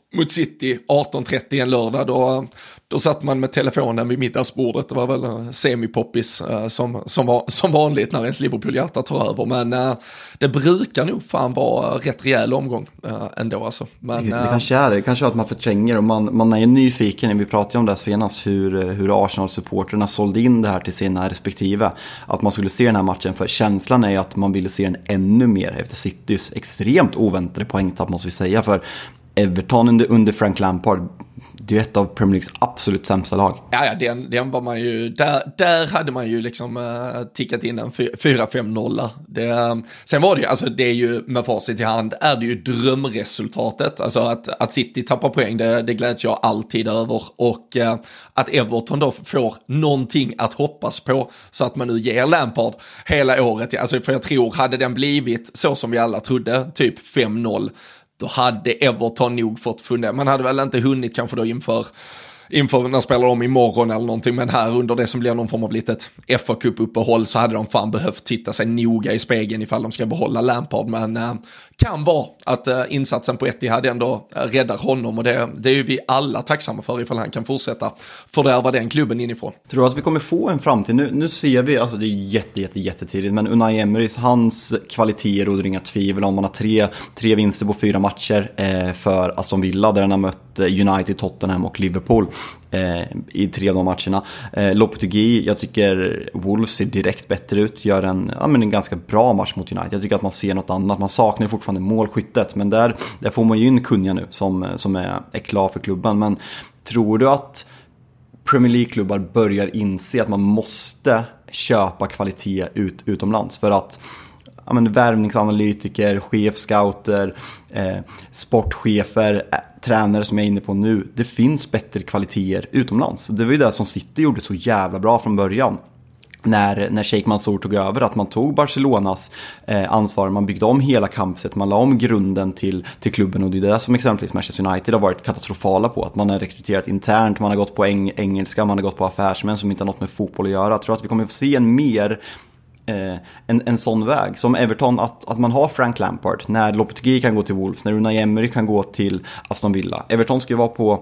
mot City arton trettio en lördag, då, då satt man med telefonen vid middagsbordet. Det var väl semipoppis uh, som, som, var, som vanligt när ens Liverpool-hjärta tar över, men uh, det brukar nog fan vara rätt rejäl omgång uh, ändå alltså. Men, det, det kanske är det, det kanske är att man förtränger och man, man är nyfiken. Vi pratade om det senast, hur, hur Arsenal-supporterna sålde in det här till sina respektive, att man skulle se den här matchen, för känslan är ju att man ville se den ännu mer efter Citys extremt oväntade poängtapp, måste vi säga, för Everton under, under Frank Lampard, det är ett av Premier Leagues absolut sämsta lag. Ja, ja den, den var man ju, där, där hade man ju liksom uh, tickat in en fyra fem noll. Det, uh, sen var det ju, alltså det är ju med facit i hand, är det ju drömresultatet. Alltså att, att City tappar poäng, det, det gläds jag alltid över. Och uh, att Everton då får någonting att hoppas på, så att man nu ger Lampard hela året. Alltså för jag tror, hade den blivit så som vi alla trodde, typ fem noll, då hade Everton nog fått fundera. Man hade väl inte hunnit kanske då inför, inför när de spelar om imorgon eller någonting, men här under det som blir någon form av litet F A Cup-uppehåll så hade de fan behövt titta sig noga i spegeln ifall de ska behålla Lampard, men äh, kan vara att äh, insatsen på Etihad ändå äh, räddar honom, och det, det är ju vi alla tacksamma för ifall han kan fortsätta fördärva den klubben inifrån. Tror du att vi kommer få en framtid? Nu, nu ser vi, alltså det är jätte, jätte, jättetidigt, men Unai Emerys, hans kvaliteter råder inga tvivel om. Man har tre, tre vinster på fyra matcher eh, för Aston Villa, där han har mött United, Tottenham och Liverpool eh, i tre av de matcherna. Eh, Lopetegui, jag tycker Wolves ser direkt bättre ut, gör en, ja, men en ganska bra match mot United. Jag tycker att man ser något annat, man saknar fortfarande målskyttet, men där, där får man ju in kunniga nu som, som är, är klar för klubben. Men tror du att Premier League-klubbar börjar inse att man måste köpa kvalitet ut, utomlands, för att ja, men värvningsanalytiker, chefscouter, eh, sportchefer, eh, tränare som jag är inne på nu, det finns bättre kvaliteter utomlands. Det var ju det som City gjorde så jävla bra från början. När, när Sheikh Mansour tog över, att man tog Barcelonas eh, ansvar, man byggde om hela campset, man la om grunden till, till klubben, och det är det som exempelvis Manchester United har varit katastrofala på, att man har rekryterat internt, man har gått på eng- engelska, man har gått på affärsmän som inte har något med fotboll att göra. Jag tror att vi kommer att få se en mer eh, en, en sån väg som Everton, att, att man har Frank Lampard, när Lopetegui kan gå till Wolves, när Unai Emery kan gå till Aston Villa. Everton ska ju vara på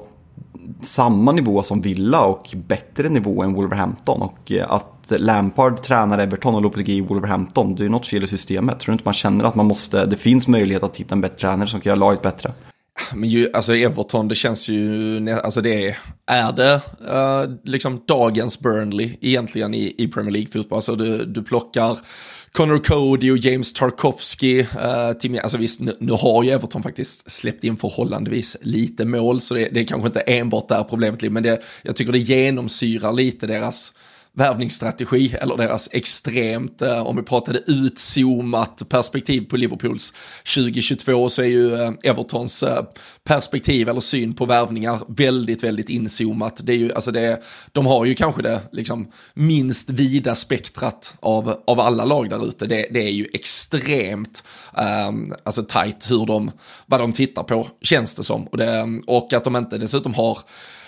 samma nivå som Villa och bättre nivå än Wolverhampton, och att Lampard tränar Everton och Lopetegui Wolverhampton, det är något fel i systemet. Tror du inte man känner att man måste, det finns möjlighet att hitta en bättre tränare som kan göra laget bättre? Men ju, alltså Everton, det känns ju, alltså det är, är det uh, liksom dagens Burnley egentligen i, i Premier League-fotboll. Alltså du, du plockar Connor Cody och James Tarkowski uh, till, alltså visst, nu, nu har ju Everton faktiskt släppt in förhållandevis lite mål, så det, det är kanske inte enbart där problemet ligger, men det, jag tycker det genomsyrar lite deras värvningsstrategi, eller deras extremt, eh, om vi pratade utzoomat perspektiv på Liverpools tjugo tjugotvå, så är ju eh, Evertons eh, perspektiv eller syn på värvningar väldigt, väldigt inzoomat. Det är ju, alltså det, de har ju kanske det liksom minst vida spektrat av, av alla lag där ute. Det, det är ju extremt eh, alltså tight hur de, vad de tittar på, känns det som. Och, det, och att de inte dessutom har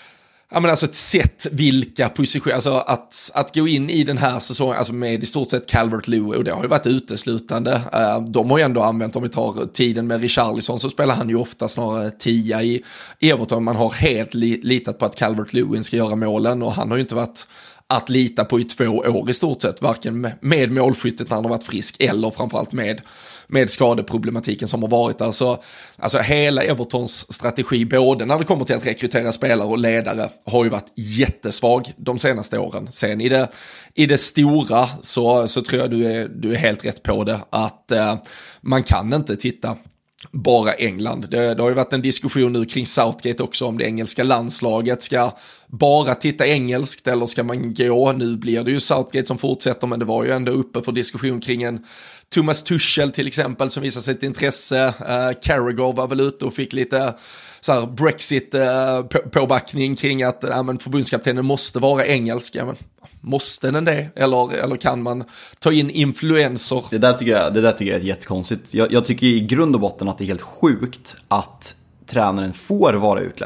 ja, men alltså ett sätt vilka positioner, alltså att, att gå in i den här säsongen, alltså med i stort sett Calvert-Lewin, och det har ju varit uteslutande. Uh, de har ju ändå använt, om vi tar tiden med Richarlison, så spelar han ju ofta snarare tia i Everton. Man har helt li- litat på att Calvert-Lewin ska göra målen, och han har ju inte varit att lita på i två år i stort sett, varken med, med målskyttet när han har varit frisk, eller framförallt med med skadeproblematiken som har varit där. Så, alltså hela Evertons strategi, både när det kommer till att rekrytera spelare och ledare, har ju varit jättesvag de senaste åren. Sen i det, i det stora så, så tror jag du är, du är helt rätt på det, att eh, man kan inte titta bara England. Det, det har ju varit en diskussion nu kring Southgate också, om det engelska landslaget ska bara titta engelskt eller ska man gå, nu blir det ju Southgate som fortsätter, men det var ju ändå uppe för diskussion kring en Thomas Tuchel till exempel som visar sitt intresse. uh, Carragher var väl ute och fick lite så här Brexit uh, på, påbackning kring att uh, men förbundskaptenen måste vara engelsk. Ja, men måste den det? Eller, eller kan man ta in influenser? Det där tycker jag, det där tycker jag är jättekonstigt. Jag, jag tycker i grund och botten att det är helt sjukt att tränaren får vara utländsk.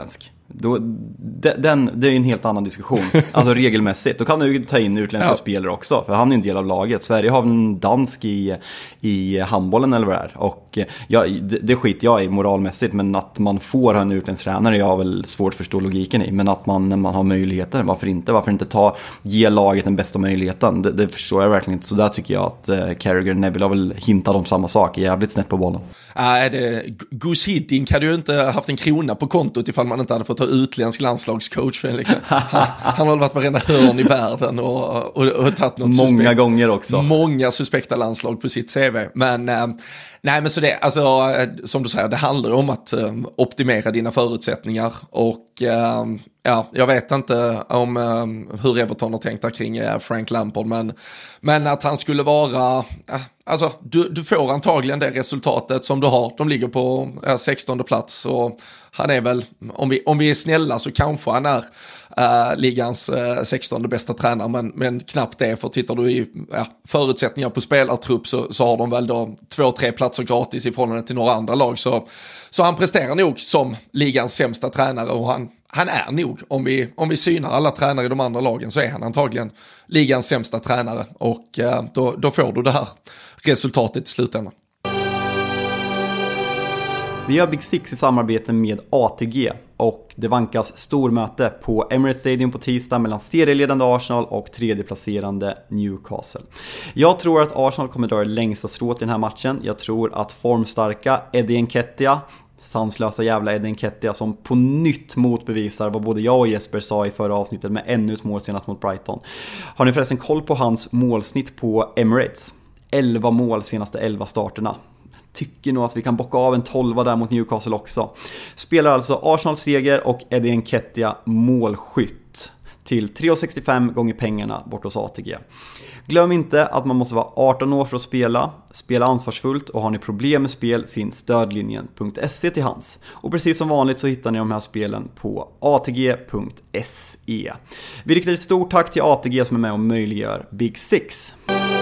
Då, den, det är ju en helt annan diskussion. Alltså regelmässigt. Då kan du ta in utländska ja. spelare också. För han är en del av laget. Sverige har en dansk i, i handbollen eller vad det är. Och ja, det, det skiter jag i moralmässigt. Men att man får ha en utländsk tränare, jag har väl svårt att förstå logiken i. Men att man, när man har möjligheter, varför inte? Varför inte ta, ge laget den bästa möjligheten? Det, det förstår jag verkligen inte. Så där tycker jag att eh, Carragher och Neville har väl hintat om samma sak. Jävligt snett på bollen. Nej, äh, det Gus Hiddink hade ju inte haft en krona på kontot ifall man inte hade fått ta utländsk landslagscoach. Liksom. Han, han har varit varenda hörn i världen och, och, och tagit något Många suspekt, gånger också. Många suspekta landslag på sitt C V. Men äh, nej, men så det, alltså, som du säger, det handlar om att äh, optimera dina förutsättningar. Och äh, ja, jag vet inte om äh, hur Everton har tänkt där kring äh, Frank Lampard. Men, men att han skulle vara... Äh, Alltså, du, du får antagligen det resultatet som du har. De ligger på ja, sextonde plats och han är väl, om vi, om vi är snälla så kanske han är äh, ligans äh, sextonde bästa tränare, men, men knappt det, för tittar du i ja, förutsättningar på spelartrupp så, så har de väl då två, tre platser gratis i förhållande till några andra lag. Så, så han presterar nog som ligans sämsta tränare och han Han är nog, om vi, om vi synar alla tränare i de andra lagen, så är han antagligen ligans sämsta tränare. Och eh, då, då får du det här resultatet i slutändan. Vi har Big Six i samarbete med A T G och det vankas stormöte på Emirates Stadium på tisdag mellan serieledande Arsenal och tredjeplacerande Newcastle. Jag tror att Arsenal kommer dra det längsta strået i den här matchen. Jag tror att formstarka Eddie Nketiah, sanslösa jävla Eddie Nketiah, som på nytt motbevisar vad både jag och Jesper sa i förra avsnittet med ännu ett mål senast mot Brighton. Har ni förresten koll på hans målsnitt på Emirates? elva mål senaste elva starterna. Tycker nog att vi kan bocka av en tolva där mot Newcastle också. Spelar alltså Arsenal seger och Eddie Nketiah målskytt till tre komma sextiofem gånger pengarna bort hos A T G. Glöm inte att man måste vara arton år för att spela. Spela ansvarsfullt, och har ni problem med spel finns stödlinjen punkt se till hands. Och precis som vanligt så hittar ni de här spelen på a t g punkt se. Vi riktar ett stort tack till A T G som är med och möjliggör Big Six.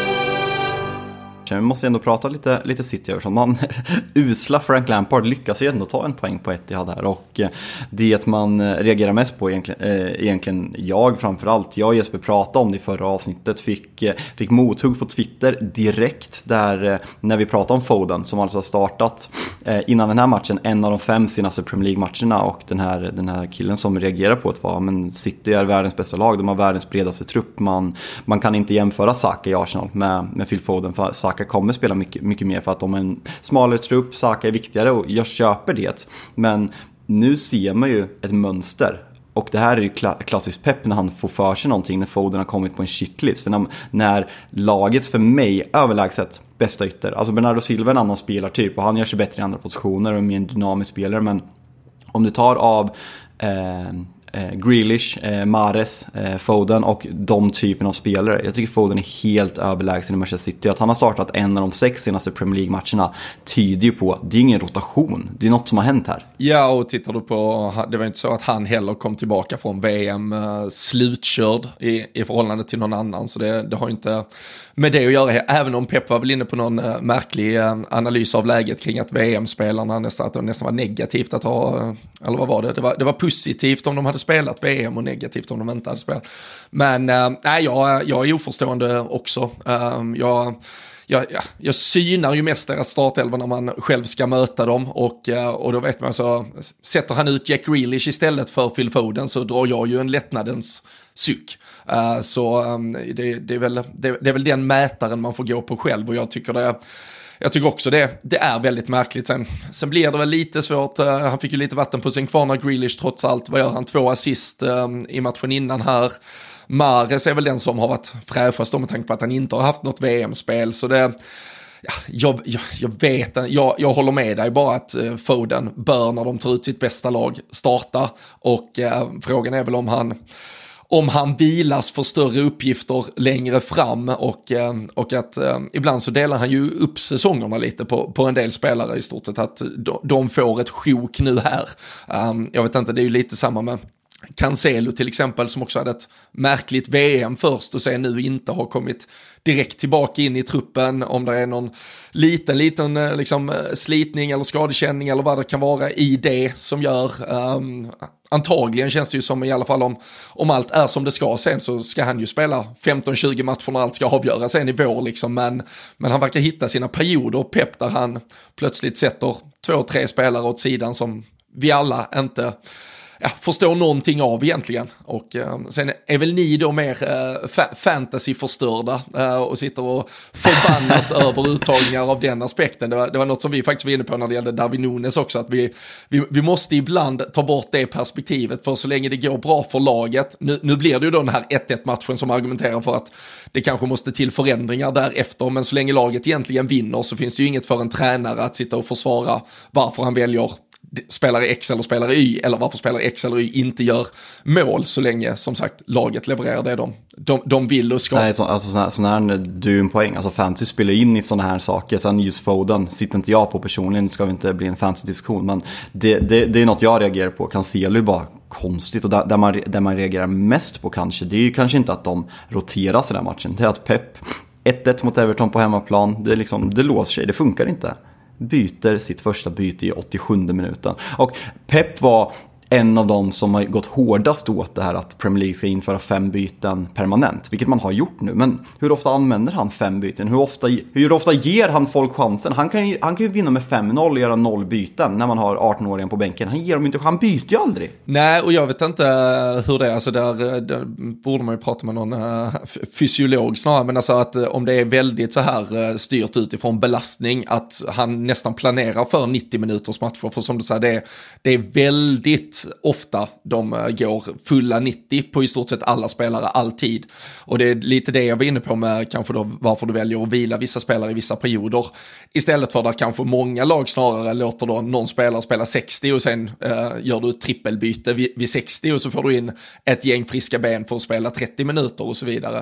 Vi måste ändå prata lite, lite City över. Man usla Frank Lampard lyckas ju ändå ta en poäng på Etihad där. Och det man reagerar mest på egentligen, eh, egentligen jag framförallt, jag och Jesper pratade om det i förra avsnittet, fick, fick mothugg på Twitter direkt där när vi pratade om Foden som alltså har startat eh, innan den här matchen en av de fem senaste Premier League-matcherna, och den här, den här killen som reagerar på att vara, men City är världens bästa lag, de har världens bredaste trupp, man, man kan inte jämföra Saka i Arsenal med, med Phil Foden, för Saka kommer spela mycket, mycket mer för att de är en smalare trupp, Saka är viktigare, och jag köper det. Men nu ser man ju ett mönster, och det här är ju kla- klassiskt Pep när han får för sig någonting när Foden har kommit på en shitlist. För när, när lagets för mig överlägset bästa ytter, alltså Bernardo Silva är en annan spelartyp och han gör sig bättre i andra positioner och är mer en dynamisk spelare, men om du tar av eh, Eh, Grealish, eh, Mahrez, eh, Foden och de typen av spelare. Jag tycker Foden är helt överlägsen i Manchester City. Att han har startat en av de sex senaste Premier League-matcherna tyder ju på, det är ingen rotation. Det är något som har hänt här. Ja, och tittar du på, det var inte så att han heller kom tillbaka från V M uh, slutkörd i, i förhållande till någon annan. Så det, det har inte med det att göra. Även om Pep var väl inne på någon uh, märklig uh, analys av läget kring att V M-spelarna nästan, att det nästan var negativt att ha, uh, eller vad var det? Det var, det var positivt om de hade spelat V M och negativt om de inte hade spelat. Men uh, nej, jag, jag är oförstående också. Uh, jag... Jag, jag, jag synar ju mest deras startelva när man själv ska möta dem, och, och då vet man så, sätter han ut Jack Grealish istället för Phil Foden så drar jag ju en lättnadens suck. Uh, så um, det, det, är väl, det, det är väl den mätaren man får gå på själv, och jag tycker det Jag tycker också det, det är väldigt märkligt. Sen, sen blir det väl lite svårt. Uh, han fick ju lite vatten på sin kvarn av Grealish trots allt. Vad gör han? Två assist um, i matchen innan här. Mahrez är väl den som har varit fräschast med tanke på att han inte har haft något V M-spel. Så det, ja, jag, jag, jag vet, jag, jag håller med dig bara att uh, Foden bör, när de tar ut sitt bästa lag, starta. Och uh, frågan är väl om han... om han vilas för större uppgifter längre fram, och, och att eh, ibland så delar han ju upp säsongerna lite på, på en del spelare i stort sett, att de, de får ett sjok nu här. Um, jag vet inte, det är ju lite samma med Cancelo till exempel, som också hade ett märkligt V M först och sen nu inte har kommit direkt tillbaka in i truppen, om det är någon liten, liten liksom, slitning eller skadekänning eller vad det kan vara i det som gör, um, antagligen känns det ju som, i alla fall om, om allt är som det ska sen, så ska han ju spela femton tjugo matcher när allt ska avgöras sen i vår liksom, men, men han verkar hitta sina perioder, Pep, där han plötsligt sätter två, tre spelare åt sidan som vi alla inte ja, förstår någonting av egentligen. Och eh, sen är väl ni då mer eh, fa- fantasy-förstörda eh, och sitter och förbannas över uttagningar av den aspekten. Det var, det var något som vi faktiskt var inne på när det gällde Darwin Núñez också, att vi, vi, vi måste ibland ta bort det perspektivet, för så länge det går bra för laget. Nu, nu blir det ju då den här ett ett matchen som argumenterar för att det kanske måste till förändringar därefter, men så länge laget egentligen vinner så finns det ju inget för en tränare att sitta och försvara varför han väljer spelare X eller spelare Y, eller varför spelare X eller Y inte gör mål, så länge som sagt laget levererar det de, de, de vill och ska. Nej, så, alltså sån här, sån här du är en poäng, alltså fantasy spelar in i såna här saker. Sen just Foden sitter inte jag på personligen, nu ska vi inte bli en fantasy-diskussion, men det, det, det är något jag reagerar på. Cancelo är bara konstigt, och där, där, man, där man reagerar mest på kanske, det är ju kanske inte att de roteras i den här matchen, det är att Pep ett ett mot Everton på hemmaplan, det, är liksom, det låser sig, det funkar inte. Byter sitt första byte i åttiosjunde minuten. Och Pep var en av dem som har gått hårdast åt det här att Premier League ska införa fem byten permanent, vilket man har gjort nu. Men hur ofta använder han fem byten? Hur ofta, hur ofta ger han folk chansen? Han kan ju, han kan ju vinna med fem noll och göra noll byten när man har arton-åringen på bänken. Han ger dem inte, han byter ju aldrig. Nej, och jag vet inte hur det är. Alltså där, där borde man ju prata med någon uh, fysiolog snarare. Men alltså att uh, om det är väldigt så här uh, styrt utifrån belastning, att han nästan planerar för nittio minuters matcher. För som du säger, det, det är väldigt ofta de går fulla nittio på i stort sett alla spelare alltid, och det är lite det jag var inne på med kanske då varför du väljer att vila vissa spelare i vissa perioder istället för att kanske många lag snarare låter då någon spelare spela sextio och sen eh, gör du ett trippelbyte vid, vid sextio och så får du in ett gäng friska ben för att spela trettio minuter och så vidare.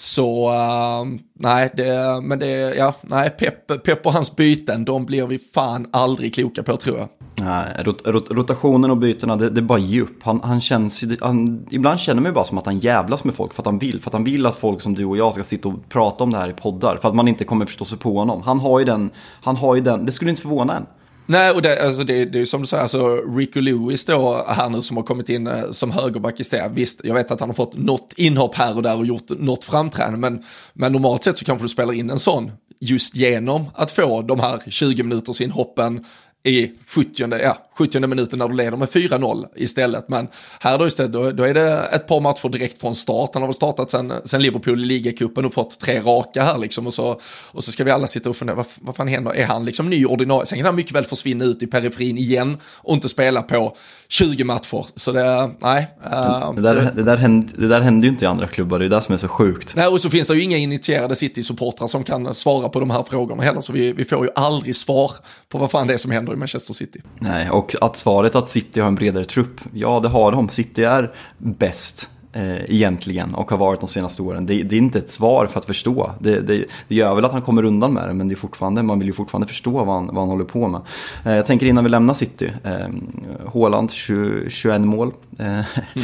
Så uh, nej, det, men det, ja, nej, Pep, Pep och hans byten, de blir vi fan aldrig kloka på, tror jag. Nej, rot, rot, rotationen och bytena, det, det bara ger upp. Han, han känns han, ibland känner man ju bara som att han jävlas med folk för att han vill. För att han vill att folk som du och jag ska sitta och prata om det här i poddar. För att man inte kommer förstå sig på honom. Han har ju den, han har ju den, det skulle inte förvåna en. Nej, och det, alltså det, det är ju som du säger, alltså Rico Lewis då här nu som har kommit in eh, som högerback istället. Visst, jag vet att han har fått något inhopp här och där och gjort något framträdande, men, men normalt sett så kanske du spelar in en sån just genom att få de här tjugo minuters inhoppen i sjuttionde, ja, sjuttionde minuten när du leder med fyra noll istället. Men här då istället, då, då är det ett par matcher direkt från start. Han har väl startat sen, sen Liverpool i ligacupen och fått tre raka här liksom, och så, och så ska vi alla sitta och fundera, vad, vad fan händer? Är han liksom ny ordinarie? Sen kan han mycket väl försvinna ut i periferin igen och inte spela på tjugo matcher. Så det, nej. Uh, det, där, det, där händer, det där händer ju inte i andra klubbar, det är det som är så sjukt. Nej, och så finns det ju inga initierade City-supportrar som kan svara på de här frågorna heller, så vi, vi får ju aldrig svar på vad fan det är som händer i Manchester City. Nej, och att svaret att City har en bredare trupp, ja det har de. City är bäst eh, egentligen och har varit de senaste åren. Det, det är inte ett svar för att förstå. Det, det, det gör väl att han kommer undan med det, men det är fortfarande, man vill ju fortfarande förstå vad han, vad han håller på med. Eh, jag tänker innan vi lämnar City, eh, Haaland tjugo, tjugoett mål eh, mm.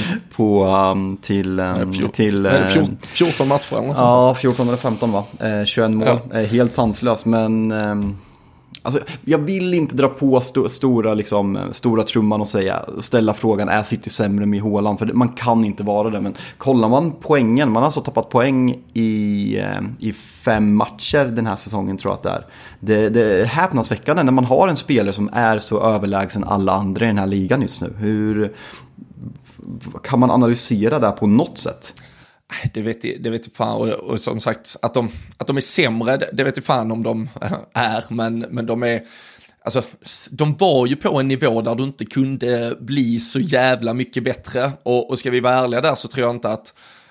på um, till, um, fjort, till eh, fjort, fjorton matcher eller något ja, fjorton eller femton va? Eh, tjugoett mål, ja. eh, helt sanslös, men eh, alltså, jag vill inte dra på st- stora, liksom, stora trumman och säga, ställa frågan, är City sämre med Haaland? För man kan inte vara det, men kollar man poängen, man har alltså tappat poäng i, i fem matcher den här säsongen, tror jag att det är. Det, det är häpnadsväckande när man har en spelare som är så överlägsen alla andra i den här ligan just nu. Hur kan man analysera det på något sätt? Det vet jag, det vet jag fan, och, och som sagt att de, att de är sämre, det vet jag fan om de är, men, men de är, alltså de var ju på en nivå där du inte kunde bli så jävla mycket bättre, och, och ska vi vara ärliga där så tror jag inte att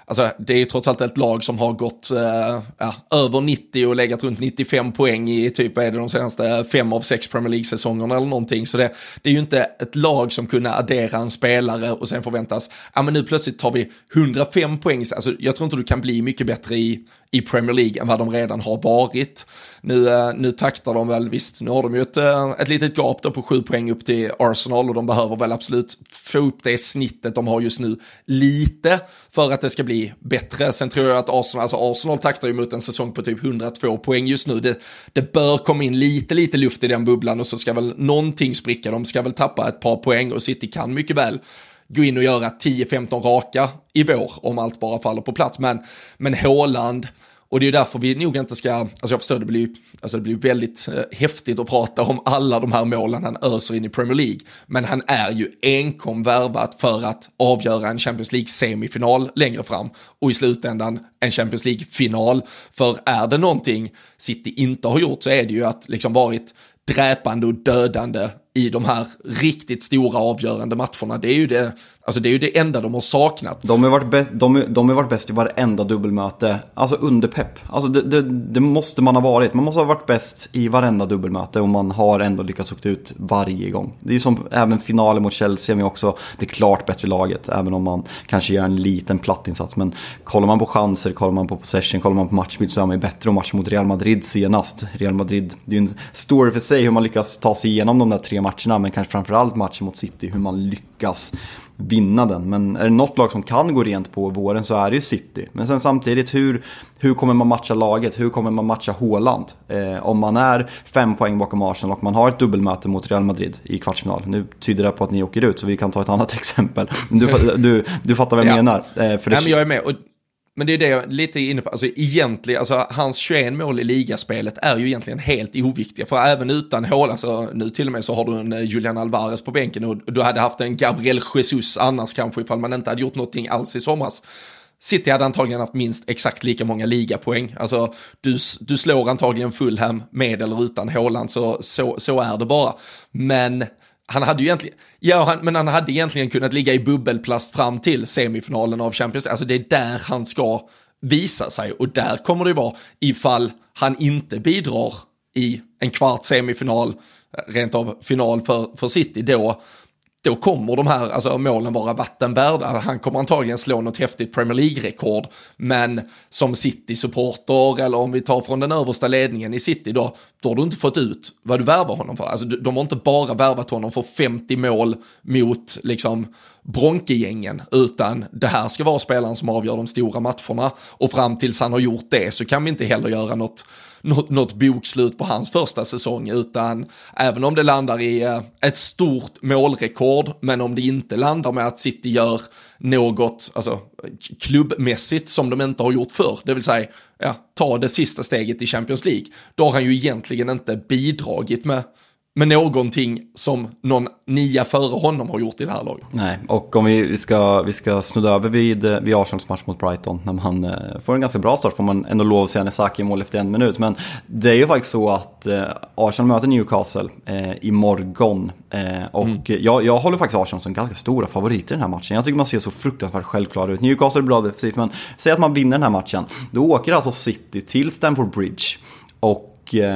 alltså det är ju trots allt ett lag som har gått uh, ja, över nittio och legat runt nittiofem poäng i typ, vad är det, de senaste fem av sex Premier League-säsongerna eller någonting. Så det, det är ju inte ett lag som kunde addera en spelare och sen förväntas, ja men nu plötsligt tar vi hundrafem poäng. Alltså jag tror inte du kan bli mycket bättre i, i Premier League än vad de redan har varit. Nu, uh, nu taktar de väl, visst, nu har de ju ett, uh, ett litet gap då på sju poäng upp till Arsenal och de behöver väl absolut få upp det snittet de har just nu lite för att det ska bli bättre. Sen tror jag att Arsenal, alltså Arsenal taktar ju mot en säsong på typ hundratvå poäng just nu. Det, det bör komma in lite, lite luft i den bubblan och så ska väl någonting spricka. De ska väl tappa ett par poäng och City kan mycket väl gå in och göra tio femton raka i vår om allt bara faller på plats. Men, men Haaland, och det är ju därför vi nog inte ska, alltså jag förstår det blir, alltså det blir väldigt eh, häftigt att prata om alla de här målen han öser in i Premier League. Men han är ju enkom värvat för att avgöra en Champions League-semifinal längre fram. Och i slutändan en Champions League-final. För är det någonting City inte har gjort så är det ju att liksom varit dräpande och dödande i de här riktigt stora avgörande matcherna. Det är ju det, alltså det är ju det enda de har saknat. De har varit bäst, de, de har varit bäst i varenda dubbelmöte. Alltså under pepp. Alltså det, det, det måste man ha varit. Man måste ha varit bäst i varenda dubbelmöte och man har ändå lyckats åka ut varje gång. Det är ju som även finalen mot Chelsea med också det klart bättre laget. Även om man kanske gör en liten plattinsats. Men kollar man på chanser, kollar man på possession, kollar man på matchbild så är man ju bättre om match mot Real Madrid senast. Real Madrid, det är ju en story för sig hur man lyckas ta sig igenom de där tre matcherna, men kanske framförallt matchen mot City, hur man lyckas vinna den. Men är det något lag som kan gå rent på våren så är det ju City. Men sen samtidigt, hur, hur kommer man matcha laget? Hur kommer man matcha Haaland? Eh, om man är fem poäng bakom Arsenal och man har ett dubbelmöte mot Real Madrid i kvartsfinal. Nu tyder det på att ni åker ut, så vi kan ta ett annat exempel. Du, du, du fattar vad jag ja. menar. Eh, för det... Nej, men jag är med. Och men det är det jag lite inne på, alltså egentligen, alltså hans tjugoett mål i ligaspelet är ju egentligen helt oviktiga, för även utan Haaland, alltså nu till och med så har du en Julian Alvarez på bänken och du hade haft en Gabriel Jesus annars kanske ifall man inte hade gjort någonting alls i somras. City hade antagligen haft minst exakt lika många ligapoäng. Alltså du, du slår antagligen Fulham med eller utan Haaland, så, så, så är det bara. Men han hade ju egentligen, ja, han, men han hade egentligen kunnat ligga i bubbelplast fram till semifinalen av Champions League. Alltså det är där han ska visa sig, och där kommer det vara ifall han inte bidrar i en kvart semifinal, rent av final för, för City, då då kommer de här alltså, målen vara vattenvärda. Han kommer antagligen slå något häftigt Premier League-rekord, men som City-supporter, eller om vi tar från den översta ledningen i City, då, då har du inte fått ut vad du värvar honom för. Alltså, de har inte bara värvat honom för femtio mål mot liksom Bronkegängen, utan det här ska vara spelaren som avgör de stora matcherna, och fram tills han har gjort det så kan vi inte heller göra något Något, något bokslut på hans första säsong, utan även om det landar i eh, ett stort målrekord, men om det inte landar med att City gör något alltså, klubbmässigt som de inte har gjort förr, det vill säga ja, ta det sista steget i Champions League, då har han ju egentligen inte bidragit med med någonting som någon nia före honom har gjort i det här laget. Nej, och om vi, vi, ska, vi ska snudda över vid, vid Arsenals match mot Brighton, när man eh, får en ganska bra start, får man ändå lov att säga, när Saka i mål efter en minut. Men det är ju faktiskt så att eh, Arsenal möter Newcastle eh, imorgon. Eh, och mm. jag, jag håller faktiskt Arsenal som ganska stora favoriter i den här matchen. Jag tycker man ser så fruktansvärt självklar ut. Newcastle är bra defensivt, men säg att man vinner den här matchen. Då åker alltså City till Stamford Bridge och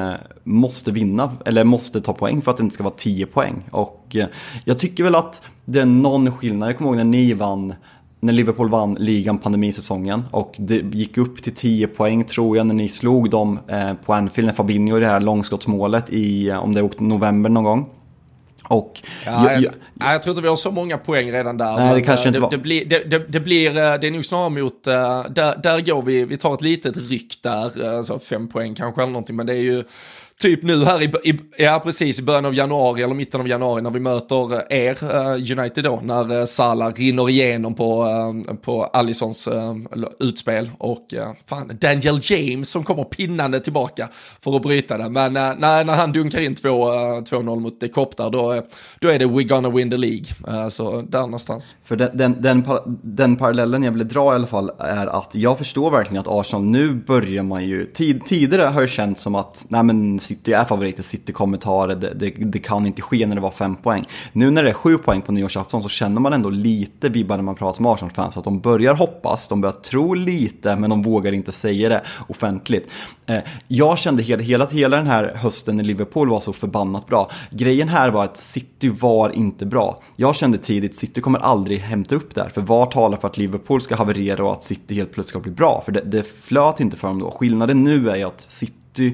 måste vinna, eller måste ta poäng för att det inte ska vara tio poäng. Och jag tycker väl att det är någon skillnad. Jag kommer ihåg när ni vann, när Liverpool vann ligan pandemisäsongen, och det gick upp till tio poäng tror jag när ni slog dem på Anfield, när Fabinho i det här långskottsmålet i, om det är november någon gång. Och ja, jag, jag, jag tror inte vi har så många poäng redan där. Nej, det kanske inte det, var. Det blir, det, det, det blir, det är nog snarare mot, där, där går vi, vi tar ett litet ryck där, alltså fem poäng kanske eller någonting, men det är ju typ nu här i, i, ja, precis i början av januari eller mitten av januari när vi möter er uh, United då, när uh, Salah rinner igenom på, uh, på Alissons uh, utspel och uh, fan, Daniel James som kommer pinnande tillbaka för att bryta det, men uh, när, när han dunkar in två noll mot De Kopp där, då, uh, då är det we gonna win the League, uh, så där någonstans. För den, den, den, par, den parallellen jag vill dra i alla fall är att jag förstår verkligen att Arsenal nu börjar man ju, tid, tidigare har det känts som att nej men City är favoriter, City kommer ta det, det, det kan inte ske när det var fem poäng. Nu när det är sju poäng på nyårsafton så känner man ändå lite vibbar när man pratar med Arsenal-fans att de börjar hoppas, de börjar tro lite, men de vågar inte säga det offentligt. Eh, jag kände hela, hela, hela den här hösten när Liverpool var så förbannat bra. Grejen här var att City var inte bra. Jag kände tidigt, City kommer aldrig hämta upp där, för vad talar för att Liverpool ska haverera och att City helt plötsligt ska bli bra? För det, det flöt inte för dem då. Skillnaden nu är att City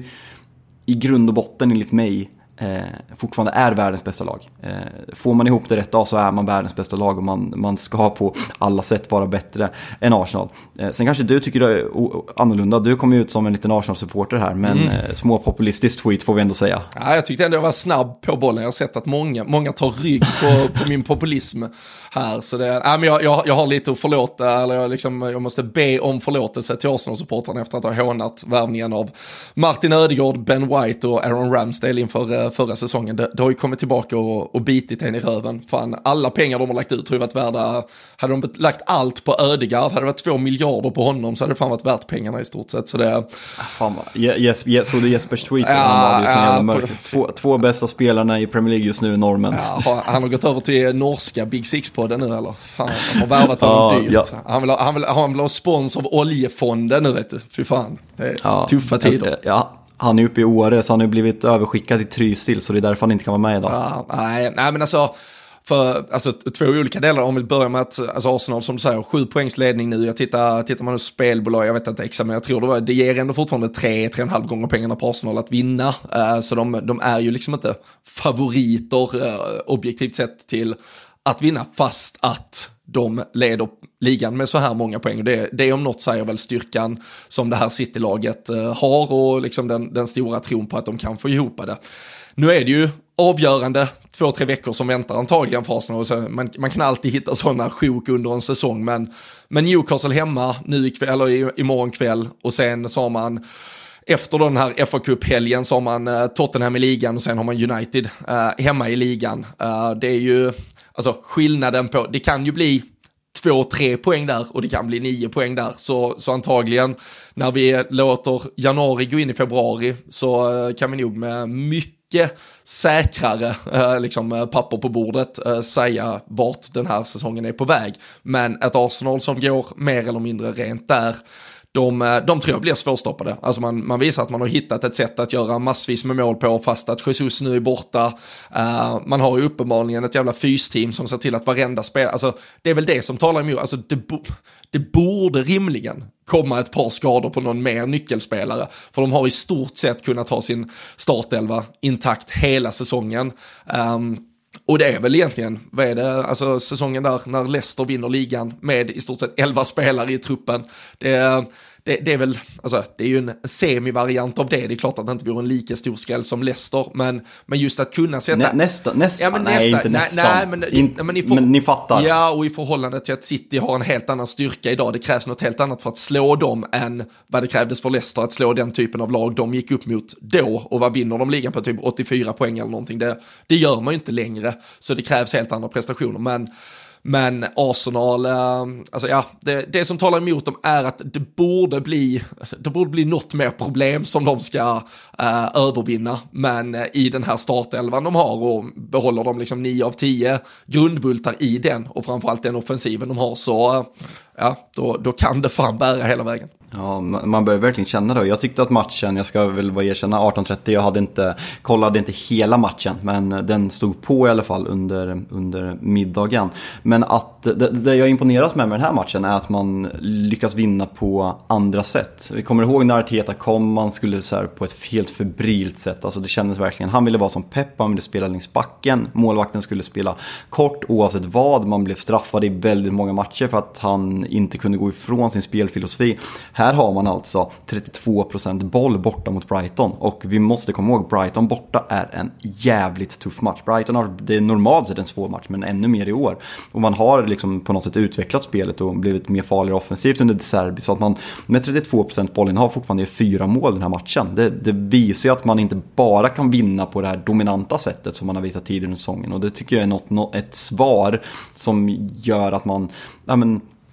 i grund och botten enligt mig eh, fortfarande är världens bästa lag. Eh, får man ihop det rätt dag så är man världens bästa lag och man, man ska på alla sätt vara bättre än Arsenal. Eh, sen kanske du tycker det är annorlunda. Du kommer ju ut som en liten Arsenal-supporter här, men mm. eh, små populistiskt tweet får vi ändå säga. Ja, jag tyckte ändå jag var snabb på bollen. Jag har sett att många, många tar rygg på, på min populism här. Så det, ja, men jag, jag, jag har lite att förlåta, eller jag, liksom, jag måste be om förlåtelse till Arsenal-supportrarna efter att ha hånat värvningen av Martin Ödegaard, Ben White och Aaron Ramsdale inför förra säsongen. Det, det har ju kommit tillbaka och, och bitit en i röven. Fan, alla pengar de har lagt ut tror jag varit värda, hade de lagt allt på Ödegaard, hade det varit två miljarder på honom så hade det fan varit värt pengarna i stort sett. Så det... Fan, yes, yes, såg du Jespers tweet? Ja, han ja, jävla på... två, två bästa spelarna i Premier League just nu, normen. Ja, han har gått över till norska Big Six-podden nu, eller? Fan, han har värvat honom ja, dyrt. Ja. Han, vill ha, han, vill, han vill ha spons av oljefonden nu, vet du. Fy fan, det är ja, tuffa tider. Ja. Han är uppe i Åre så han har blivit överskickad i Trysil så det är därför han inte kan vara med idag. Ja, nej, nej, men alltså, för, alltså två olika delar. Om vi börjar med att alltså Arsenal som du säger, sju poängs ledning nu. Jag tittar, tittar man på spelbolag, jag vet inte exakt men jag tror det, var, det ger ändå fortfarande tre, tre och en halv gånger pengarna på Arsenal att vinna. Uh, så de, de är ju liksom inte favoriter uh, objektivt sett till att vinna fast att de leder ligan med så här många poäng. Det, det om något säger väl styrkan som det här City-laget uh, har och liksom den, den stora tron på att de kan få ihop det. Nu är det ju avgörande två, tre veckor som väntar antagligen för Arsenal. Så man, man kan alltid hitta sådana sjok under en säsong. Men, men Newcastle hemma nu ikväll, eller i, imorgon kväll och sen så har man efter den här F A Cup-helgen så har man uh, Tottenham i ligan och sen har man United uh, hemma i ligan. Uh, det är ju alltså skillnaden på, det kan ju bli två, tre poäng där och det kan bli nio poäng där. Så, så antagligen när vi låter januari gå in i februari så uh, kan vi nog med mycket säkrare uh, liksom, uh, papper på bordet uh, säga vart den här säsongen är på väg. Men ett Arsenal som går mer eller mindre rent där, De, de tror jag blir svårstoppade. Alltså man, man visar att man har hittat ett sätt att göra massvis med mål på fast att Jesus nu är borta. Uh, man har ju uppenbarligen ett jävla fysteam som ser till att varenda spel, alltså det är väl det som talar emot. Alltså det, bo, det borde rimligen komma ett par skador på någon mer nyckelspelare. För de har i stort sett kunnat ha sin startelva intakt hela säsongen. Um, Och det är väl egentligen, vad är det, alltså säsongen där när Leicester vinner ligan med i stort sett elva spelare i truppen. Det, det, det är väl, alltså det är ju en semivariant av det. Det är klart att det inte vore en lika stor skräll som Leicester, men, men just att kunna sätta... Nä, nästa, nästa, ja, men nej nästa, inte nästan. Nej, men, In, men, ni får, men ni fattar. Ja, och i förhållande till att City har en helt annan styrka idag, det krävs något helt annat för att slå dem än vad det krävdes för Leicester att slå den typen av lag de gick upp mot då. Och vad vinner de ligan på typ åttiofyra poäng eller någonting, det, det gör man ju inte längre. Så det krävs helt andra prestationer, men Men Arsenal, äh, alltså ja, det, det som talar emot dem är att det borde bli, det borde bli något mer problem som de ska äh, övervinna. Men äh, i den här startelvan de har och behåller de liksom nio av tio grundbultar i den och framförallt den offensiven de har så, äh, ja, då, då kan det fan bära hela vägen. Ja, man börjar verkligen känna det. Jag tyckte att matchen, jag ska väl bara erkänna arton trettio, jag hade inte, kollade inte hela matchen, men den stod på i alla fall under, under middagen. Men att det, det jag imponeras med med den här matchen är att man lyckas vinna på andra sätt. Vi kommer ihåg när Arteta kom, man skulle så här på ett helt febrilt sätt. Alltså det kändes verkligen, han ville vara som Pep, han ville spela längs backen, målvakten skulle spela kort oavsett vad. Man blev straffad i väldigt många matcher för att han inte kunde gå ifrån sin spelfilosofi. Här har man alltså trettiotvå procent boll borta mot Brighton. Och vi måste komma ihåg, Brighton borta är en jävligt tuff match. Brighton har, det är normalt sett en svår match, men ännu mer i år. Och man har liksom på något sätt utvecklat spelet och blivit mer farligare offensivt under De Zerbi. Så att man med trettiotvå procent bollen har fortfarande fyra mål den här matchen. Det, det visar ju att man inte bara kan vinna på det här dominanta sättet som man har visat tidigare i säsongen. Och det tycker jag är något, något, ett svar som gör att man... Ja, men,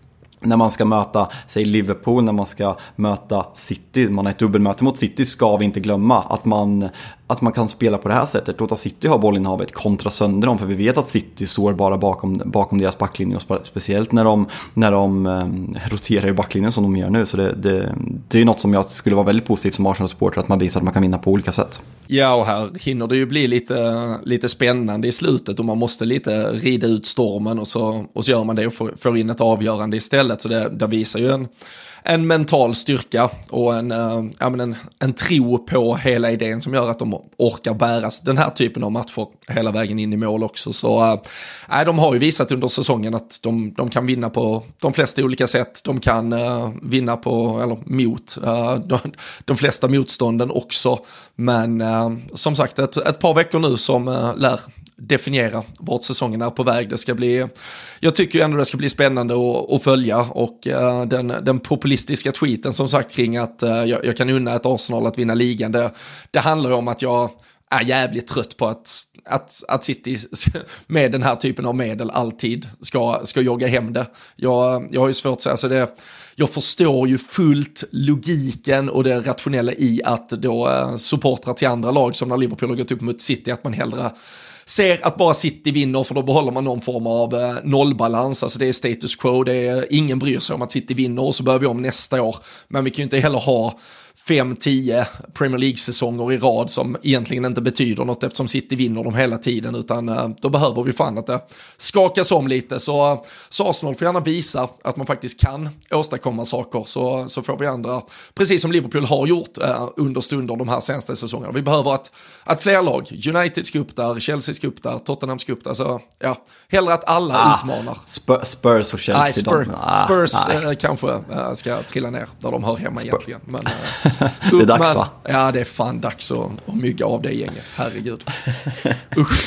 när man ska möta, säg Liverpool, när man ska möta City, man har ett dubbelmöte mot City, ska vi inte glömma att man, att man kan spela på det här sättet. Låta City ha bollinnehavet, kontra sönder dem, för vi vet att City står bara bakom, bakom deras backlinje, och speciellt när de, när de eh, roterar i backlinjen som de gör nu. Så det, det, det är något som jag skulle vara väldigt positivt som Arsenal-supporter, att man visar att man kan vinna på olika sätt. Ja, och här hinner det ju bli lite, lite spännande i slutet, och man måste lite rida ut stormen, och så, och så gör man det och får, får in ett avgörande istället. Så det, det visar ju en, en mental styrka och en, äh, ja, men en, en tro på hela idén som gör att de orkar bäras den här typen av matcher hela vägen in i mål också. Så äh, de har ju visat under säsongen att de, de kan vinna på de flesta olika sätt. De kan äh, vinna på, eller mot äh, de, de flesta motstånden också. Men äh, som sagt, ett, ett par veckor nu som äh, lär definiera vart säsongen är på väg. Det ska bli, jag tycker ju ändå det ska bli spännande att, att följa, och uh, den, den populistiska tweeten som sagt kring att uh, jag, jag kan unna ett Arsenal att vinna ligan, det, det handlar ju om att jag är jävligt trött på att, att, att City med den här typen av medel alltid ska, ska jogga hem det. Jag, jag har ju svårt att säga, alltså det, jag förstår ju fullt logiken och det rationella i att då uh, supportrar till andra lag, som när Liverpool har gått upp mot City, att man hellre ser att bara City vinner, för då behåller man någon form av eh, nollbalans. Alltså det är status quo, det är, ingen bryr sig om att City vinner, och så börjar vi om nästa år. Men vi kan ju inte heller ha fem tio Premier League-säsonger i rad som egentligen inte betyder något, eftersom City vinner dem hela tiden, utan eh, då behöver vi fan att det skakas om lite. Så, så Arsenal får gärna visa att man faktiskt kan åstadkomma saker, så, så får vi andra, precis som Liverpool har gjort eh, under stunder de här senaste säsongerna. Vi behöver att, att fler lag, United ska upp där, Chelsea ska upp där, Tottenham ska upp där, så ja, hellre att alla ah, utmanar. Spurs, Spurs och Chelsea. Nej, Spurs, ah, Spurs eh, kanske eh, ska trilla ner där de hör hemma Spurs. Egentligen. Men, eh, det är dags, va? Ja, det är fan dags att, att mygga av det gänget, herregud. Usch.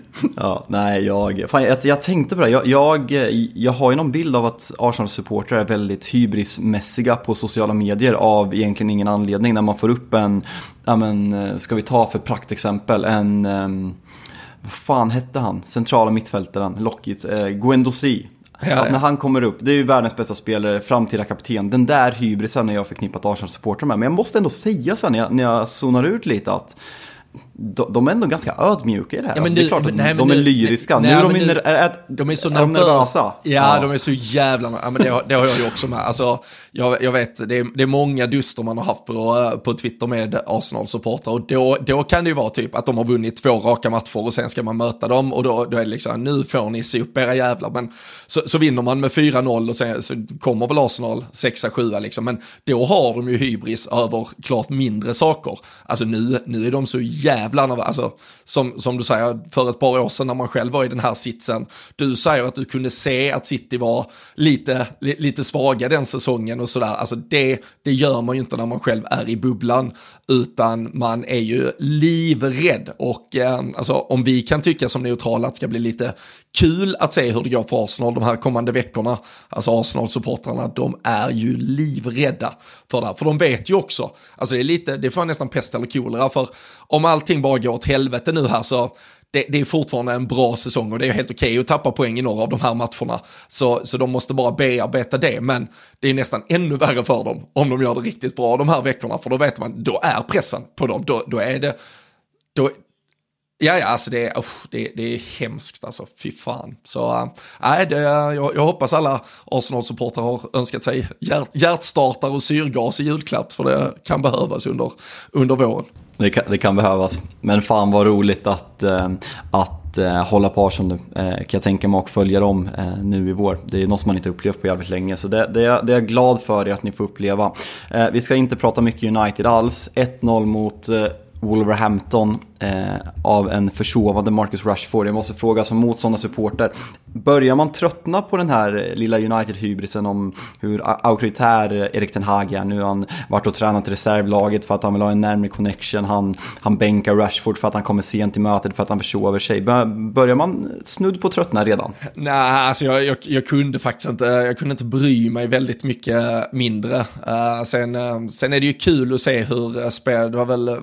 Ja, nej, jag, fan, jag, jag tänkte på det. Jag, jag, jag har ju någon bild av att Arsenal-supportrar är väldigt hybrismässiga på sociala medier av egentligen ingen anledning. När man får upp en, ja men, ska vi ta för praktexempel, en, um, vad fan hette han? Centrala mittfältaren, Lockigt, eh, Guendouzi. Ja, alltså, när han kommer upp, det är ju världens bästa spelare, framtida kapten. Den där hybrisen när jag förknippat Arsenal-supportrar med. Men jag måste ändå säga så när jag, när jag zonar ut lite att de, de är ändå ganska ödmjuka i det här. Ja, alltså, nu, det är klart att nej, de är nu, lyriska. Nej, nu är de, nu, är, är, de är så är de nervösa. Ja, ja, de är så jävla... Ja, men det, har, det har jag ju också med. Alltså, jag, jag vet, det är, det är många duster man har haft på, på Twitter med Arsenal-supportrar. Och då, då kan det ju vara typ att de har vunnit två raka matcher och sen ska man möta dem. Och då, då är det liksom, nu får ni se upp era jävlar. Men så, så vinner man med fyra noll och sen så kommer väl Arsenal sex sju liksom. Men då har de ju hybris över klart mindre saker. Alltså nu, nu är de så jävlar, alltså, som, som du säger, för ett par år sedan när man själv var i den här sitsen, du säger att du kunde se att City var lite, li, lite svaga den säsongen och sådär, alltså det, det gör man ju inte när man själv är i bubblan, utan man är ju livrädd, och eh, alltså, om vi kan tycka som neutrala att det ska bli lite kul att se hur det går för Arsenal de här kommande veckorna, alltså Arsenal-supportrarna, de är ju livrädda för det, för de vet ju också, alltså det är lite, det får nästan pest eller kolera, för om allting bara går åt helvete nu här, så det, det är fortfarande en bra säsong och det är helt okej att tappa poäng i några av de här matcherna, så, så de måste bara bearbeta det, men det är nästan ännu värre för dem om de gör det riktigt bra de här veckorna, för då vet man, då är pressen på dem, då, då är det då Ja, ja, alltså det är, uh, det, det är hemskt, alltså, fy fan. Så nej, uh, jag, jag hoppas alla Arsenal-supportrar har önskat sig hjärt, hjärtstartare och syrgas i julklapp, för det kan behövas under, under våren. Det kan, det kan behövas, men fan vad roligt att, äh, att äh, hålla på Arsenal nu. Äh, kan jag tänka mig att följa dem äh, nu i vår. Det är något som man inte upplevt på jävligt länge, så det, det, är, det är jag glad för att ni får uppleva. Äh, vi ska inte prata mycket United alls. ett noll mot äh, Wolverhampton eh, av en försovande Marcus Rashford. Jag måste fråga som motståndarsupporter, börjar man tröttna på den här lilla United-hybrisen om hur auktoritär Erik ten Hag är? Nu har han varit och tränat i reservlaget för att han vill ha en närmare connection. Han, han bänkar Rashford för att han kommer sent i mötet, för att han försover sig. Börjar man snudd på tröttna redan? Nej, alltså jag, jag, jag kunde faktiskt inte, jag kunde inte bry mig väldigt mycket mindre. Uh, sen, uh, sen är det ju kul att se hur uh, spel, det var väl var det Luke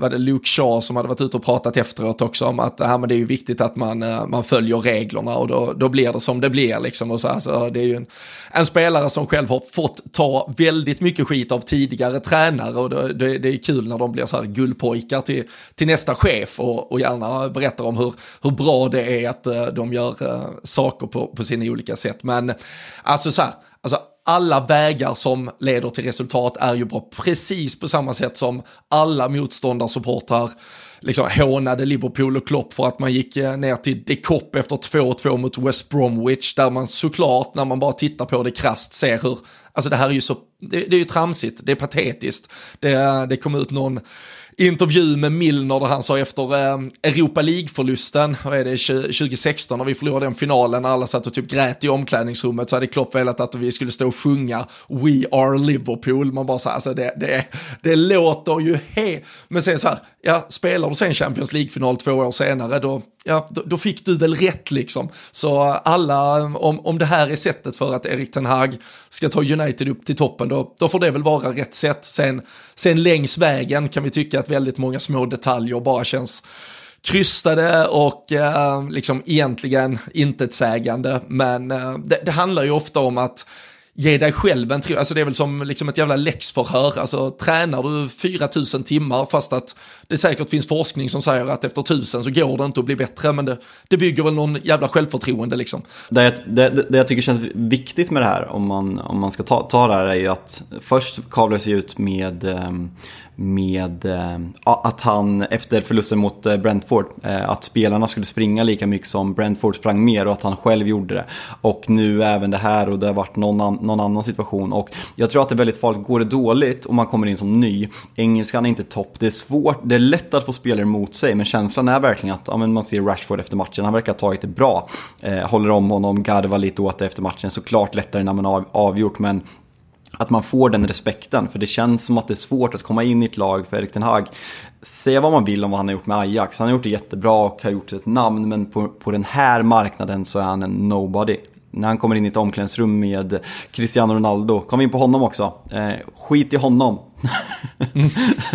Luke Shaw som hade varit ute och pratat efteråt också om att äh, men det är ju viktigt att man, man följer reglerna och då, då blir det som det blir liksom. Och så, alltså, det är ju en, en spelare som själv har fått ta väldigt mycket skit av tidigare tränare och det, det, det är kul när de blir så här guldpojkar till, till nästa chef och, och gärna berättar om hur, hur bra det är att uh, de gör uh, saker på, på sina olika sätt. Men alltså så här, alltså alla vägar som leder till resultat är ju bra, precis på samma sätt som alla motståndarsupportrar liksom hånade Liverpool och Klopp för att man gick ner till De Kopp efter två två mot West Bromwich, där man såklart när man bara tittar på det krasst ser hur, alltså det här är ju så, det, det är ju tramsigt, det är patetiskt, det, det kom ut någon intervju med Milner där han sa efter eh, Europa League-förlusten, vad är det, tjugo sexton när vi förlorade den finalen, när alla satt och typ grät i omklädningsrummet, så hade Klopp velat att vi skulle stå och sjunga We are Liverpool. Man bara så här, alltså det, det, det låter ju he. Men sen så här, ja, spelar du sen Champions League-final två år senare, då, ja, då, då fick du väl rätt liksom. Så alla, om, om det här är sättet för att Erik ten Hag ska ta United upp till toppen, då, då får det väl vara rätt sätt. Sen, sen längs vägen kan vi tycka att väldigt många små detaljer bara känns krystade och eh, liksom egentligen intetsägande, men eh, det, det handlar ju ofta om att ge dig själv en tro, alltså det är väl som liksom ett jävla läxförhör, alltså tränar du fyra tusen timmar fast att det säkert finns forskning som säger att efter tusen så går det inte att bli bättre, men det, det bygger väl någon jävla självförtroende liksom. Det, jag, det, det jag tycker känns viktigt med det här, om man, om man ska ta, ta det här, är ju att först kavlar sig ut med med eh, att han efter förlusten mot eh, Brentford, eh, att spelarna skulle springa lika mycket som Brentford sprang mer och att han själv gjorde det. Och nu även det här, och det har varit någon, an- någon annan situation. Och jag tror att det är väldigt farligt, går det dåligt och man kommer in som ny, engelskan är inte topp, det är svårt, det är lätt att få spelare mot sig, men känslan är verkligen att ja, men man ser Rashford efter matchen, han verkar ha tagit det bra, eh, håller om honom, garvar lite åt det efter matchen, såklart lättare när man har avgjort, men att man får den respekten, för det känns som att det är svårt att komma in i ett lag för Erik ten Hag. Säga vad man vill om vad han har gjort med Ajax, han har gjort det jättebra och har gjort ett namn, men på, på den här marknaden så är han en nobody. När han kommer in i ett omklädningsrum med Cristiano Ronaldo, kom in på honom också, eh, skit i honom. Mm.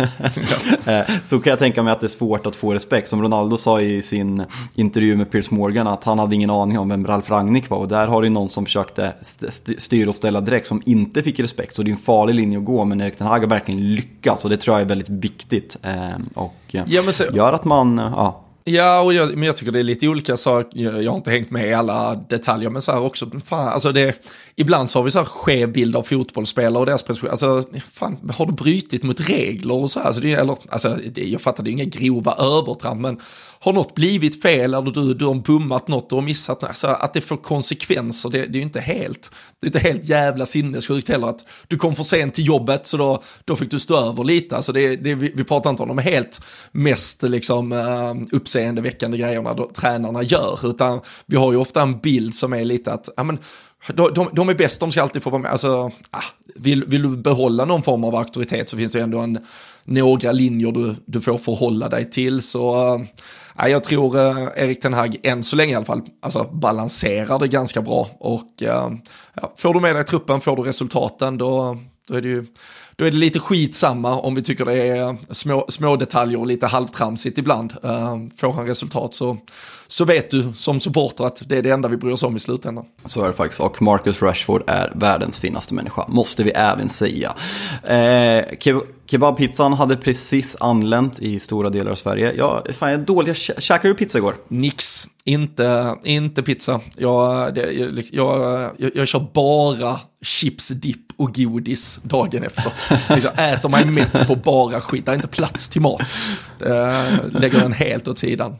Ja. Så kan jag tänka mig att det är svårt att få respekt. Som Ronaldo sa i sin intervju med Piers Morgan, att han hade ingen aning om vem Ralf Rangnick var, och där har det någon som försökte st- styra och ställa direkt som inte fick respekt. Så det är en farlig linje att gå, men Erik ten Hag har verkligen lyckats, och det tror jag är väldigt viktigt, eh, och ja, men så... gör att man ja Ja, och jag, men jag tycker det är lite olika saker. Jag, jag har inte hängt med i alla detaljer, men så här också, fan, alltså det, ibland så har vi så här skev bild av fotbollsspelare och deras prestation. Alltså, fan, har du brytit mot regler och så här? Alltså, det, eller, alltså, det, jag fattar, det är inga grova övertramp, men har något blivit fel eller du, du har bummat något och missat något, alltså, att det får konsekvenser, det, det är ju inte helt, det är inte helt jävla sinnessjukt heller att du kom för sent till jobbet, så då, då fick du stå över lite. Alltså det, det, vi, vi pratar inte om de helt mest liksom, uh, uppseendeväckande grejerna då tränarna gör, utan vi har ju ofta en bild som är lite att ja, men, de, de, de är bäst, de ska alltid få vara med. Alltså, ah, vill, vill du behålla någon form av auktoritet, så finns det ju ändå en, några linjer du, du får förhålla dig till. Så uh, jag tror uh, Erik ten Hag än så länge i alla fall alltså, balanserar det ganska bra, och uh, ja, får du med dig truppen, får du resultaten, då, då är det ju Då är det lite skitsamma om vi tycker det är små, små detaljer och lite halvtramsigt ibland. Uh, får han resultat så, så vet du som supporter att det är det enda vi bryr oss om i slutändan. Så är det faktiskt, och Marcus Rashford är världens finaste människa, måste vi även säga. Eh, ke- kebabpizzan hade precis anlänt i stora delar av Sverige. Ja, fan, jag är dålig. Jag kä- käkade du pizza igår? Nix, inte, inte pizza. Jag, det, jag, jag, jag, jag kör bara chips, dipp och godis dagen efter. Jag äter mig mätt på bara skit. Det är inte plats till mat. Det lägger den helt åt sidan.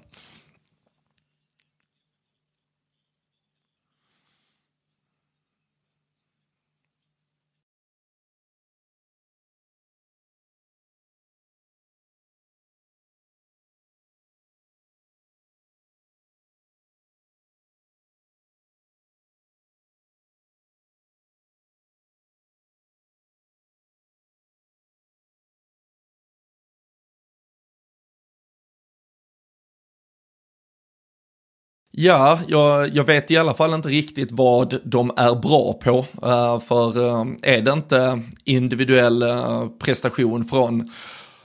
Ja, jag, jag vet i alla fall inte riktigt vad de är bra på. Uh, för uh, är det inte individuell uh, prestation från,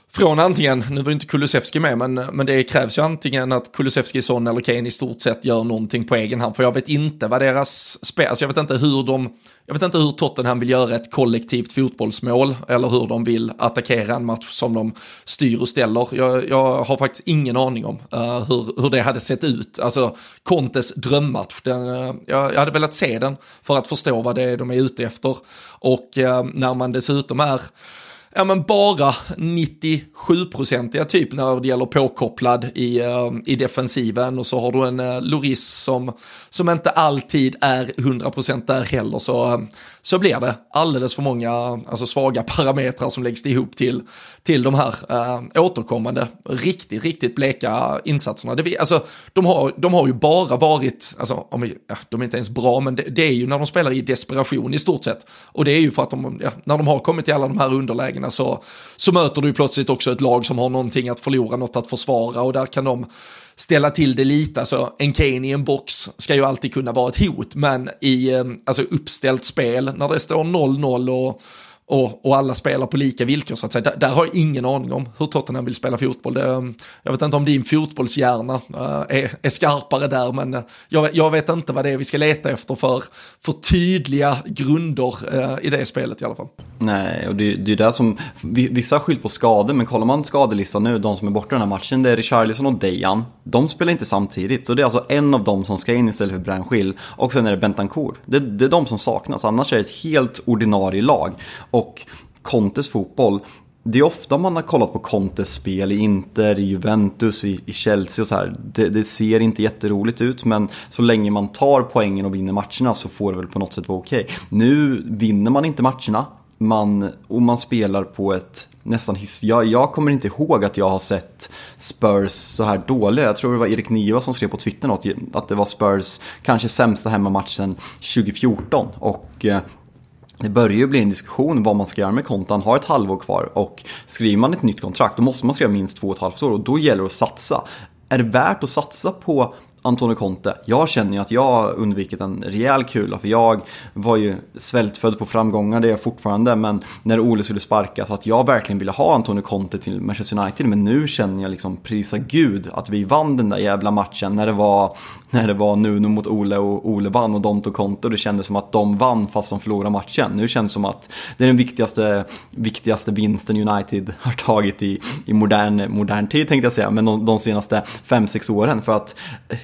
Från antingen, nu var ju inte Kulusevski med, men, men det krävs ju antingen att Kulusevski, Son eller Kane i stort sett gör någonting på egen hand. För jag vet inte vad deras spel, alltså jag vet inte hur de, jag vet inte hur Tottenham vill göra ett kollektivt fotbollsmål eller hur de vill attackera en match som de styr och ställer. Jag, jag har faktiskt ingen aning om uh, hur, hur det hade sett ut. Alltså Contes drömmatch, den, uh, jag, jag hade velat se den för att förstå vad det är de är ute efter. Och uh, när man dessutom är ja, men bara nittiosju procentiga typ när det gäller påkopplad i, uh, i defensiven, och så har du en uh, Lloris som, som inte alltid är hundra procent där heller, så, uh, så blir det alldeles för många alltså svaga parametrar som läggs ihop till, till de här uh, återkommande riktigt, riktigt bleka insatserna. Det, alltså, de, har, de har ju bara varit, alltså, om vi, ja, de är inte ens bra, men det, det är ju när de spelar i desperation i stort sett, och det är ju för att de, ja, när de har kommit till alla de här underlägena Så, så möter du ju plötsligt också ett lag som har någonting att förlora, något att försvara, och där kan de ställa till det lite. Alltså, en Kane i en box ska ju alltid kunna vara ett hot, men i alltså, uppställt spel när det står noll noll och, och, och alla spelar på lika villkor så att säga, där, där har jag ingen aning om hur Tottenham vill spela fotboll. Det, jag vet inte om din fotbollshjärna uh, är, är skarpare där, men uh, jag, jag vet inte vad det är vi ska leta efter för, för tydliga grunder uh, i det spelet i alla fall. Nej, och det, det är där som vissa har skyllt på skador, men kollar man skadelistan nu, de som är borta i den här matchen, det är Richarlison och Dejan. De spelar inte samtidigt, så det är alltså en av dem som ska in istället för Bryan Gil, och sen är det Bentancur. Det, det är de som saknas, annars är det ett helt ordinarie lag. Och Contes fotboll, det är ofta man har kollat på Contes spel i Inter, i Juventus, i, i Chelsea och så här. Det, det ser inte jätteroligt ut, men så länge man tar poängen och vinner matcherna så får det väl på något sätt vara okej. Nu vinner man inte matcherna, man, och man spelar på ett nästan his- jag, jag kommer inte ihåg att jag har sett Spurs så här dåliga. Jag tror det var Erik Niva som skrev på Twitter något, att det var Spurs kanske sämsta hemmamatchen tjugo fjorton, och eh, det börjar ju bli en diskussion vad man ska göra med Conte. Han har ett halvår kvar, och skriver man ett nytt kontrakt då måste man skriva minst två och ett halvt år, och då gäller det att satsa. Är det värt att satsa på Antonio Conte? Jag känner ju att jag har undvikit en rejäl kula, för jag var ju svältfödd på framgångar, det är jag fortfarande, men när Ole skulle sparka, så att jag verkligen ville ha Antonio Conte till Manchester United, men nu känner jag liksom, prisa Gud att vi vann den där jävla matchen när det var, när det var Nuno mot Ole, och Ole vann och de tog Conte, och det kändes som att de vann fast de förlorade matchen. Nu känns det som att det är den viktigaste, viktigaste vinsten United har tagit i, i modern, modern tid, tänkte jag säga, men de, de senaste fem sex åren, för att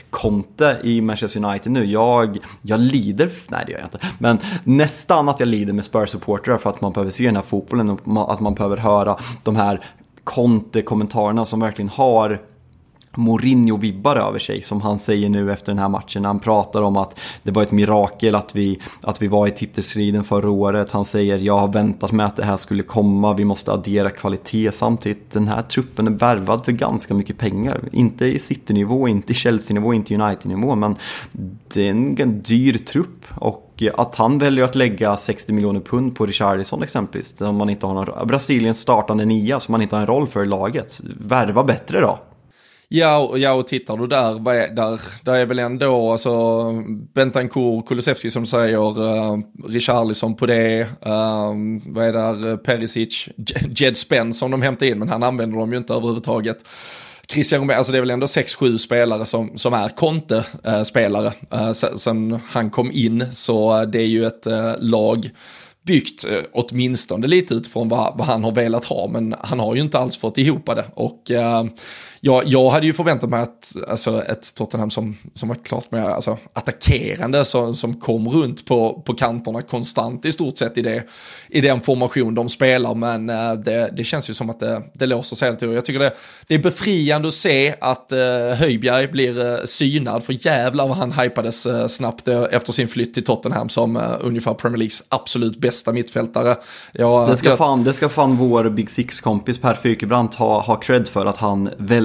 Conte i Manchester United nu, jag, jag lider, nej det gör jag inte, men nästan att jag lider med Spurs-supportrar, för att man behöver se den här fotbollen, och att man behöver höra de här Conte-kommentarerna som verkligen har Mourinho-vibbar över sig, som han säger nu efter den här matchen, när han pratar om att det var ett mirakel att vi, att vi var i titelstriden förra året. Han säger, jag har väntat med att det här skulle komma, vi måste addera kvalitet. Samtidigt, den här truppen är värvad för ganska mycket pengar, inte i City-nivå, inte i Chelsea-nivå, inte i United-nivå, men det är en dyr trupp. Och att han väljer att lägga sextio miljoner pund på Richarlison exempelvis, om man inte har någon, Brasiliens startande nia som man inte har en roll för i laget, värva bättre då. Ja, och, ja, och tittar du där, där, där är väl ändå alltså, Bentancur, Kulusevski som säger, uh, Richarlison på det, uh, vad är där, Perisic, Jed Spence som de hämtar in, men han använder dem ju inte överhuvudtaget. Christian Romero, alltså det är väl ändå sex sju spelare som, som är Conte-spelare. Uh, sen, sen han kom in, så det är ju ett uh, lag byggt eh, åtminstone lite utifrån vad, vad han har velat ha, men han har ju inte alls fått ihop det, och eh, jag, jag hade ju förväntat mig att alltså, ett Tottenham som, som var klart mer alltså, attackerande, så, som kom runt på, på kanterna konstant i stort sett i, det, i den formation de spelar, men eh, det, det känns ju som att det, det låser sig till. Jag tycker det, det är befriande att se att eh, Højbjerg blir eh, synad, för jävlar vad han hypades eh, snabbt eh, efter sin flytt till Tottenham som eh, ungefär Premier Leagues absolut bästa mittfältare. Jag, det, ska jag... fan, det ska fan vår Big Six-kompis Per Fyrkebrant ha, ha cred för, att han väldigt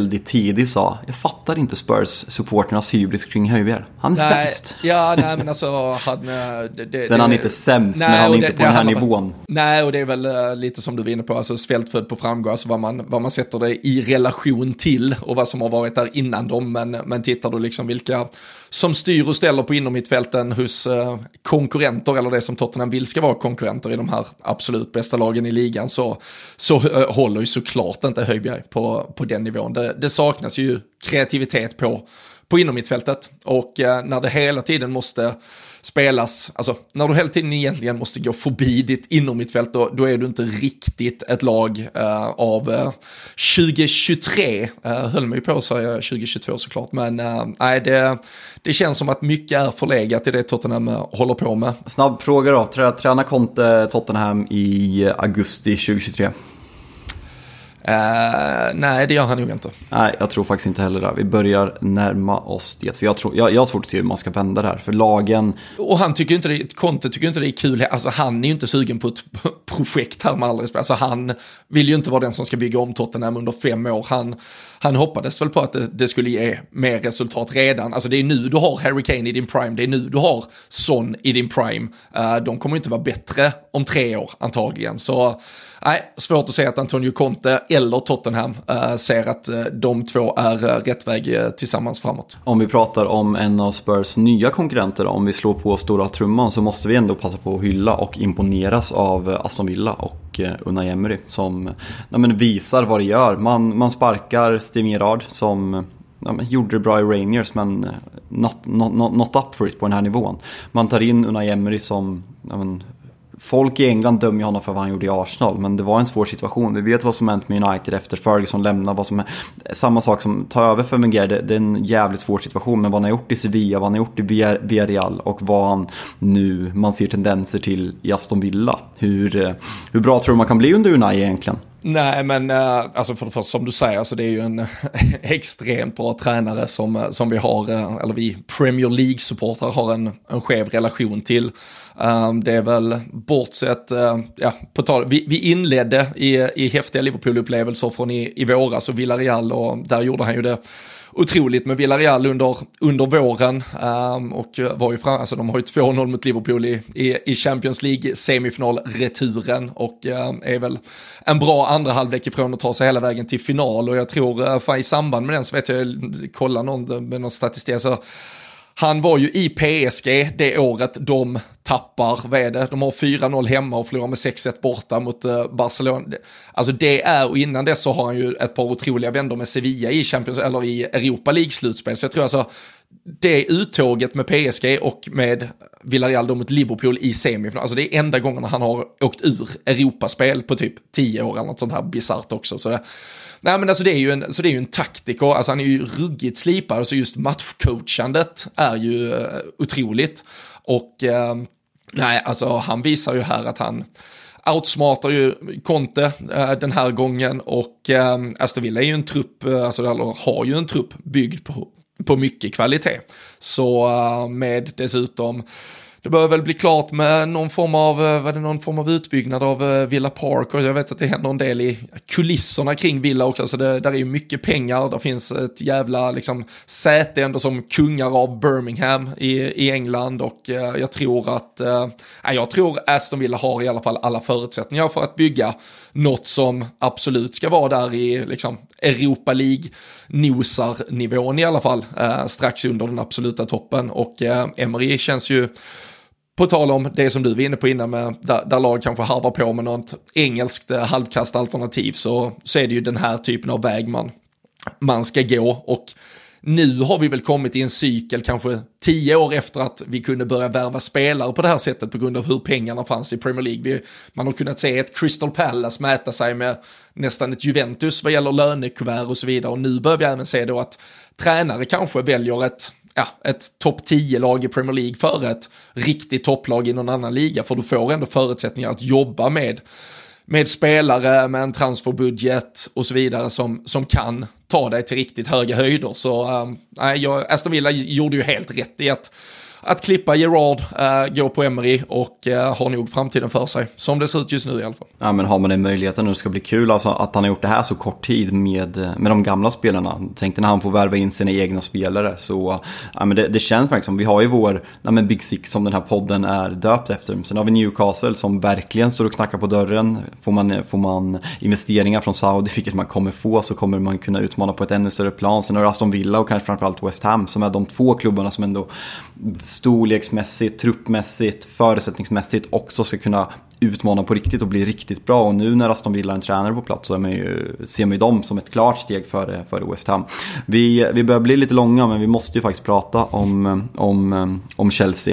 väldigt tidigt sa, jag fattar inte Spurs-supporternas hybris kring Højbjerg. Han är nej, sämst. Ja, nej men alltså han... Det, det, Sen är han inte sämst, nej, men han är inte det, på det, den här nivån. Nej, och det är väl uh, lite som du var inne på, alltså svältfödd på framgång, alltså vad man, vad man sätter det i relation till och vad som har varit där innan dem, men, men tittar du liksom vilka som styr och ställer på inomhittfälten hos uh, konkurrenter, eller det som Tottenham vill ska vara konkurrenter i de här absolut bästa lagen i ligan, så, så uh, håller ju såklart inte Højbjerg på, på den nivån. Det, det saknas ju kreativitet på, på inomhittfältet, och uh, när det hela tiden måste spelas, alltså när du hela tiden egentligen måste gå förbi ditt inomhittfält, då, då är du inte riktigt ett lag uh, av uh, tjugo tjugotre, uh, höll mig på att säga tjugo tjugotvå såklart, men uh, nej, det, det känns som att mycket är förlegat i det Tottenham uh, håller på med. Snabb fråga då, tränar Conte Tottenham i augusti tjugo tjugotre? Uh, nej, det gör han nog inte. Nej, jag tror faktiskt inte heller det. Vi börjar närma oss det. För jag, tror, jag, jag har svårt att se hur man ska vända det här. För lagen... Och han tycker inte det, Conte tycker inte det är kul. Alltså han är ju inte sugen på ett projekt här med all respekt. Alltså han vill ju inte vara den som ska bygga om Tottenham under fem år. Han, han hoppades väl på att det, det skulle ge mer resultat redan. Alltså det är nu du har Harry Kane i din prime. Det är nu du har Son i din prime. Uh, de kommer ju inte vara bättre om tre år antagligen. Så... Nej, svårt att säga att Antonio Conte eller Tottenham äh, ser att äh, de två är äh, rätt väg äh, tillsammans framåt. Om vi pratar om en av Spurs nya konkurrenter, om vi slår på stora trumman, så måste vi ändå passa på att hylla och imponeras av Aston Villa och äh, Unai Emery som nej, men visar vad det gör. Man, man sparkar Steven Gerrard som... Ja, men gjorde det bra i Rangers, men not, not, not, not up for it på den här nivån. Man tar in Unai Emery som... Ja, men, folk i England dömer honom för vad han gjorde i Arsenal, men det var en svår situation. Vi vet vad som hänt med United efter Ferguson lämnar, vad som är samma sak som tar över för Wenger. Det, det är en jävligt svår situation, men vad han har gjort i Sevilla, vad han har gjort i Villarreal och vad han nu man ser tendenser till i Aston Villa. Hur, hur bra tror du man kan bli under Unai egentligen? Nej, men äh, alltså för det första, som du säger, alltså det är ju en extremt bra tränare som, som vi har, eller vi Premier League-supportrar har en, en skev relation till. Um, det är väl bortsett, uh, ja, på tal, vi, vi inledde i, i häftiga Liverpool-upplevelser från i, i våras och Villarreal, och där gjorde han ju det otroligt med Villarreal under, under våren um, och var ju fram, alltså de har ju två noll mot Liverpool i, i, i Champions League semifinal-returen och um, är väl en bra andra halvlek ifrån att ta sig hela vägen till final, och jag tror uh, för i samband med den så vet jag, kolla någon, med någon statistik, så han var ju i P S G det året de tappar, vad är det? De har fyra noll hemma och förlorar med sex ett borta mot uh, Barcelona. Alltså det är, och innan det så har han ju ett par otroliga vändor med Sevilla i Champions, eller i Europa League-slutspel. Så jag tror alltså det uttåget med P S G och med Villarreal då mot Liverpool i semifinal, alltså det är enda gången han har åkt ur Europaspel på typ tio år eller något sånt här bizarrt också. Så det, nej men alltså det är ju en, så det är ju en taktiker, alltså han är ju ruggigt slipad, alltså just matchcoachandet är ju uh, otroligt. Och uh, nej, alltså han visar ju här att han outsmartar ju Conte uh, den här gången, och uh, Aston Villa är ju en trupp, uh, alltså eller har ju en trupp byggd på, på mycket kvalitet. Så uh, med dessutom det bör väl bli klart med någon form av, vad det, någon form av utbyggnad av Villa Park, och jag vet att det händer en del i kulisserna kring Villa också, så det, där är ju mycket pengar, det finns ett jävla liksom säte ändå som kungar av Birmingham i, i England, och eh, jag tror att eh, jag tror Aston Villa har i alla fall alla förutsättningar för att bygga något som absolut ska vara där i liksom Europa League nosar-nivån i alla fall, eh, strax under den absoluta toppen, och eh, Emery känns ju, på tal om det som du var inne på innan med där, där lag kanske harvar på med något engelskt eh, halvkast alternativ, så, så är det ju den här typen av väg man, man ska gå, och nu har vi väl kommit i en cykel kanske tio år efter att vi kunde börja värva spelare på det här sättet på grund av hur pengarna fanns i Premier League. Vi, man har kunnat se ett Crystal Palace mäta sig med nästan ett Juventus vad gäller lönekuvert och så vidare, och nu börjar vi även se då att tränare kanske väljer ett Ja, ett topp tio-lag i Premier League för ett riktigt topplag i någon annan liga, för du får ändå förutsättningar att jobba med, med spelare, med en transferbudget och så vidare som, som kan ta dig till riktigt höga höjder. Så äh, jag, Aston Villa gjorde ju helt rätt i att att klippa Gerard, uh, gå på Emery och uh, har nog framtiden för sig. Som det ser ut just nu i alla fall. Ja, men har man den möjligheten nu, ska bli kul alltså, att han har gjort det här så kort tid med, med de gamla spelarna. Tänkte när han får värva in sina egna spelare. Så ja, men det, det känns verkligen som, vi har ju vår ja, men Big Six som den här podden är döpt efter. Sen har vi Newcastle som verkligen står och knackar på dörren. Får man, får man investeringar från Saudi, vilket man kommer få, så kommer man kunna utmana på ett ännu större plan. Sen har Aston Villa och kanske framförallt West Ham som är de två klubbarna som ändå storleksmässigt, truppmässigt, förutsättningsmässigt också ska kunna utmana på riktigt och bli riktigt bra. Och nu när Aston Villa är en tränare på plats så är man ju, ser man ju dem som ett klart steg före, före West Ham. Vi, vi börjar bli lite långa, men vi måste ju faktiskt prata om, om, om Chelsea.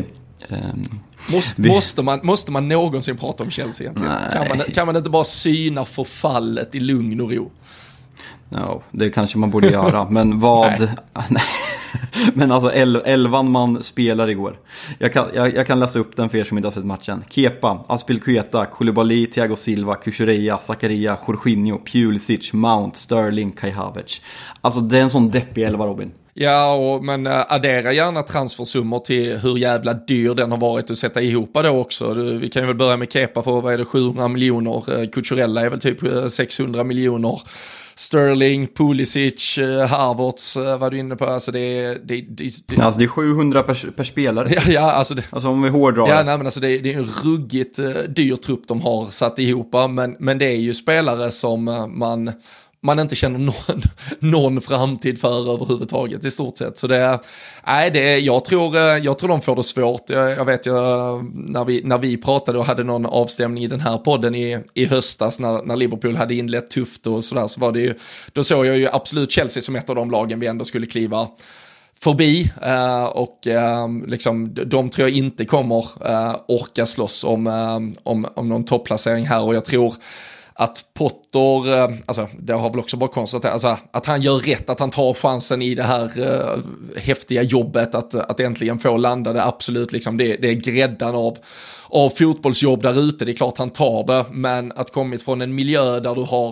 Måste, vi... måste, man, måste man någonsin prata om Chelsea egentligen? Kan man, kan man inte bara syna förfallet i lugn och ro? No, det kanske man borde göra. Men vad... Nej. Nej. Men alltså el- elvan man spelar igår. Jag kan, jag, jag kan läsa upp den för er som inte har sett matchen. Kepa, Aspilicueta, Koulibaly, Thiago Silva, Kukureya, Zakaria, Jorginho, Pulisic, Mount, Sterling, Kai Havertz. Alltså det är en sån deppig elva, Robin. Ja, och, men äh, addera gärna transfersummor till hur jävla dyr den har varit att sätta ihop då också. Du, vi kan ju väl börja med Kepa för, vad är det, sjuhundra miljoner. Eh, Cucurella är väl typ sexhundra miljoner. Sterling, Pulisic, Havertz, var du inne på? Alltså det, det, det, det... Alltså det är sjuhundra per, per spelare. Ja, ja, alltså, det... alltså om vi hårdrar. Ja, nej, men alltså det, det är en ruggigt uh, dyr trupp de har satt ihop. Men, men det är ju spelare som uh, man... man inte känner någon, någon framtid för överhuvudtaget i stort sett. Så det, nej, det, jag, tror, jag tror de får det svårt. Jag, jag vet, jag, när, vi, när vi pratade och hade någon avstämning i den här podden i, i höstas när, när Liverpool hade inlett tufft och sådär, så var det ju, då såg jag ju absolut Chelsea som ett av de lagen vi ändå skulle kliva förbi uh, och uh, liksom, de tror jag inte kommer uh, orka slåss om, uh, om, om någon topplacering här, och jag tror att Potter, alltså det har väl också bara konstaterat, alltså, att han gör rätt, att han tar chansen i det här uh, häftiga jobbet att, att äntligen få landa det, absolut liksom, det, det är gräddan av, av fotbollsjobb där ute, det är klart han tar det, men att kommit från en miljö där du har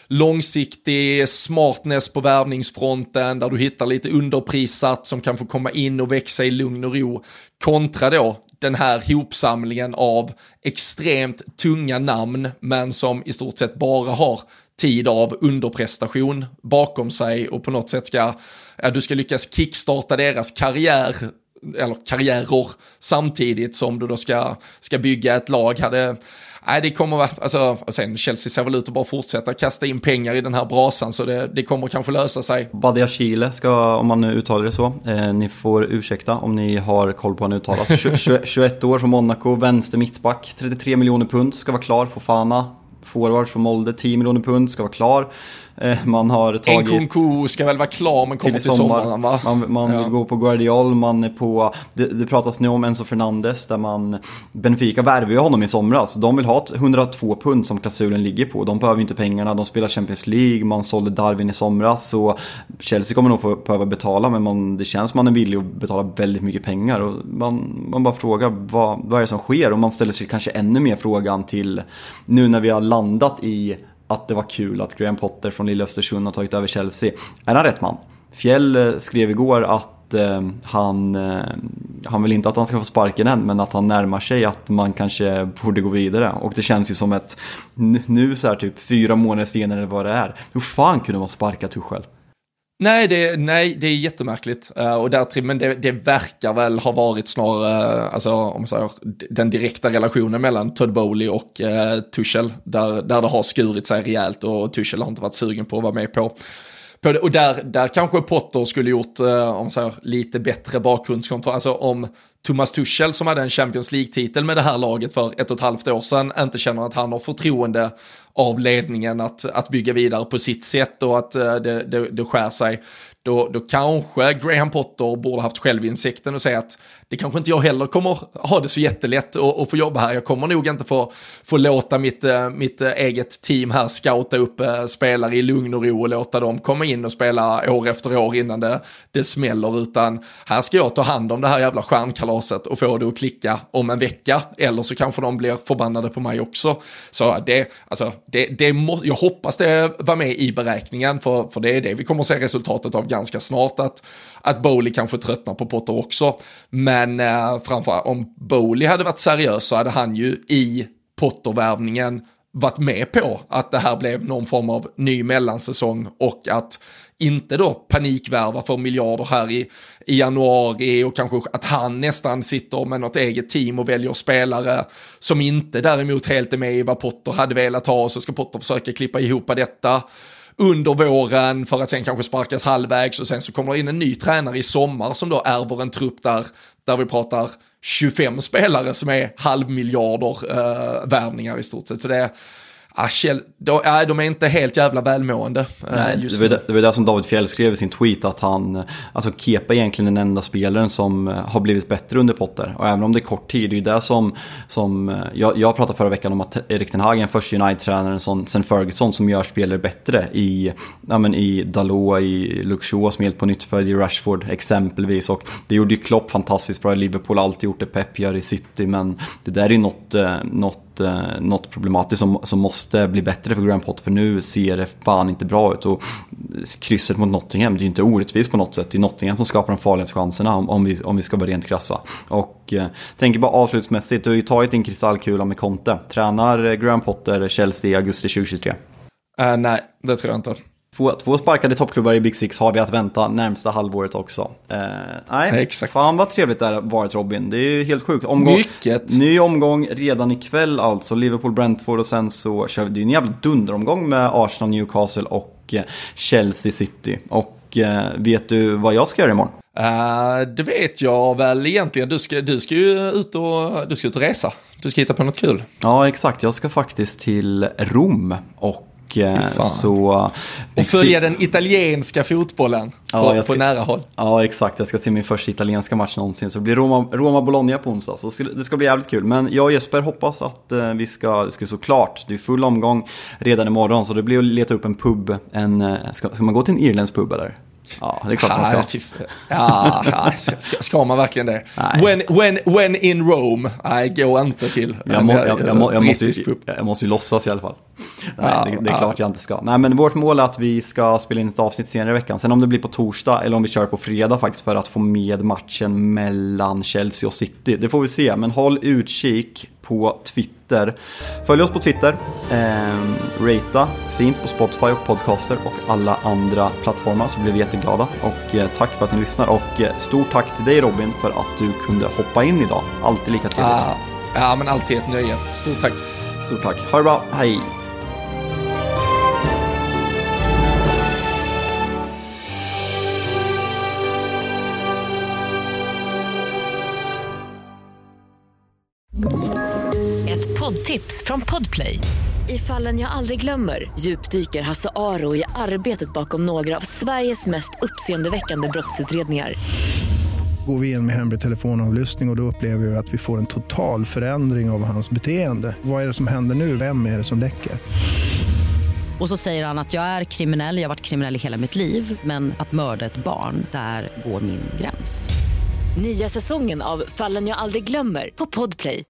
långsiktig smartness på värvningsfronten, där du hittar lite underprissatt som kan få komma in och växa i lugn och ro, kontra då den här hopsamlingen av extremt tunga namn, men som i stort sett bara har tid av underprestation bakom sig och på något sätt ska, ja, du ska lyckas kickstarta deras karriär eller karriärer samtidigt som du då ska, ska bygga ett lag. Hade, nej, det kommer vara, alltså, sen Chelsea ser väl ut att bara fortsätta kasta in pengar i den här brasan, så det, det kommer kanske lösa sig. Badia Chile ska, om man nu uttalar det så, eh, ni får ursäkta om ni har koll på hur han uttalas. tjugo, tjugoett år från Monaco, vänster mittback, trettiotre miljoner pund, ska vara klar. Fofana, forward från Molde, tio miljoner pund, ska vara klar. Man har tagit... Nkunku ska väl vara klar, men kommer till, till sommar. sommaren, va? Man, man ja. vill gå på Guardiol, man är på... Det, det pratas nu om Enzo Fernandes, där man... Benfica värver ju honom i somras. De vill ha hundratvå pund som klausulen ligger på. De behöver ju inte pengarna, de spelar Champions League, man sålde Darwin i somras, så Chelsea kommer nog få behöva betala, men man, det känns som man är villig att betala väldigt mycket pengar. Och man, man bara frågar, vad, vad är det som sker? Och man ställer sig kanske ännu mer frågan till, nu när vi har landat i att det var kul att Graham Potter från Lilla Östersund har tagit över Chelsea. Är han rätt man? Fjäll skrev igår att eh, han, eh, han vill inte att han ska få sparken än, men att han närmar sig att man kanske borde gå vidare. Och det känns ju som ett, nu så här typ fyra månader senare vad det är. Hur fan kunde man sparka Tuchel? Nej det, nej, det är jättemärkligt. Uh, och där, men det, det verkar väl ha varit snarare, uh, alltså, om man säger, den direkta relationen mellan Todd Bowley och uh, Tuchel, där, där det har skurit sig rejält och Tuchel har inte varit sugen på att vara med på. på det. Och där, där kanske Potter skulle gjort uh, om man säger, lite bättre bakgrundskontroll. Alltså om Thomas Tuchel, som hade en Champions League-titel med det här laget för ett och ett halvt år sedan, inte känner att han har förtroende av ledningen att, att bygga vidare på sitt sätt och att uh, det, det, det skär sig, då, då kanske Graham Potter borde haft självinsikten och säga att det kanske inte jag heller kommer ha det så jättelätt att, att få jobba här. Jag kommer nog inte få, få låta mitt, mitt eget team här scouta upp spelare i lugn och ro och låta dem komma in och spela år efter år innan det, det smäller, utan här ska jag ta hand om det här jävla stjärnkalaset och få det att klicka om en vecka, eller så kanske de blir förbannade på mig också. Så det, alltså, det, det må, jag hoppas det var med i beräkningen, för, för det är det vi kommer att se resultatet av ganska snart att, att Bowley kanske tröttnar på Potter också. Men eh, framförallt om Bowley hade varit seriös så hade han ju i Potter-värvningen varit med på att det här blev någon form av ny mellansäsong och att inte då panikvärva för miljarder här i, i januari och kanske att han nästan sitter med något eget team och väljer spelare som inte däremot helt är med i vad Potter hade velat ha, så ska Potter försöka klippa ihop detta under våren för att sen kanske sparkas halvvägs och sen så kommer det in en ny tränare i sommar som då ärver en trupp där, där vi pratar tjugofem spelare som är halvmiljarder eh, värvningar i stort sett. Så det är Ah, Kjell, då, äh, de är inte helt jävla välmående. Nej, just det, var det, det var det som David Fjell skrev i sin tweet, att han, alltså Kepa är egentligen den enda spelaren som har blivit bättre under Potter. Och även om det är kort tid, det är ju det som, som jag, jag pratade förra veckan om att Erik ten Hag är första United-tränaren som, sen Ferguson som gör spelare bättre i, ja, men i Dalot, i Luke Shaw som helt på nytt för i Rashford exempelvis. Och det gjorde ju Klopp fantastiskt bra i Liverpool, alltid gjort det, Pep gör i City, men det där är något, något något problematiskt som, som måste bli bättre för Graham Potter, för nu ser det fan inte bra ut. Och krysset mot Nottingham, det är ju inte orättvist på något sätt, det är Nottingham som skapar de farlighetschanserna om, om, vi, om vi ska vara rent krassa. Och eh, tänker bara avslutsmässigt, du har ju tagit in kristallkula med Conte. Tränar Graham Potter Chelsea i augusti tjugohundratjugotre? Uh, nej, det tror jag inte. Två, två sparkade toppklubbar i Big Six har vi att vänta närmsta halvåret också. Eh, nej, exakt. Fan vad trevligt det har varit, Robin. Det är ju helt sjukt. Omgång, Mycket. Ny omgång redan ikväll alltså. Liverpool-Brentford och sen så kör vi, det är en jävla dunderomgång med Arsenal, Newcastle och eh, Chelsea City. Och eh, vet du vad jag ska göra imorgon? Uh, det vet jag väl egentligen. Du ska, du ska ju ut och, du ska ut och resa. Du ska hitta på något kul. Ja, exakt. Jag ska faktiskt till Rom och så, och följa den italienska fotbollen ja, på, ska, på nära håll. Ja, exakt. Jag ska se min första italienska match någonsin. Så det blir Roma, Roma-Bologna på onsdag. Så det ska bli jävligt kul. Men jag och Jesper hoppas att eh, vi ska, ska såklart, det är full omgång redan imorgon. Så det blir att leta upp en pub. En, ska, ska man gå till en irländsk pub eller? Ja, det är klart man ska. Ja, ja ska, ska man verkligen det? When, when, when in Rome, nej, gå inte till jag, må, jag, jag, må, jag, måste ju, jag måste ju låtsas i alla fall. Nej, ja, det, det är ja. klart jag inte ska. Nej, men vårt mål är att vi ska spela in ett avsnitt senare i veckan. Sen om det blir på torsdag eller om vi kör på fredag faktiskt, för att få med matchen mellan Chelsea och City. Det får vi se, men håll utkik på Twitter. Följ oss på Twitter. Eh, rata fint på Spotify och Podcaster och alla andra plattformar, så blir vi jätteglada. Och eh, tack för att ni lyssnar. Och eh, stort tack till dig, Robin, för att du kunde hoppa in idag. Alltid lika trevligt. Ja, ja, men alltid ett nöje. Stort tack. Stort tack. Ha det bra. Hej. Ett poddtips från Podplay. I Fallen jag aldrig glömmer djupdyker Hasse Aro i arbetet bakom några av Sveriges mest uppseendeväckande brottsutredningar. Går vi in med hemlig telefonavlyssning och, och då upplever vi att vi får en total förändring av hans beteende. Vad är det som händer nu? Vem är det som läcker? Och så säger han att jag är kriminell, jag har varit kriminell i hela mitt liv, men att mörda ett barn, där går min gräns. Nya säsongen av Fallen jag aldrig glömmer på Podplay.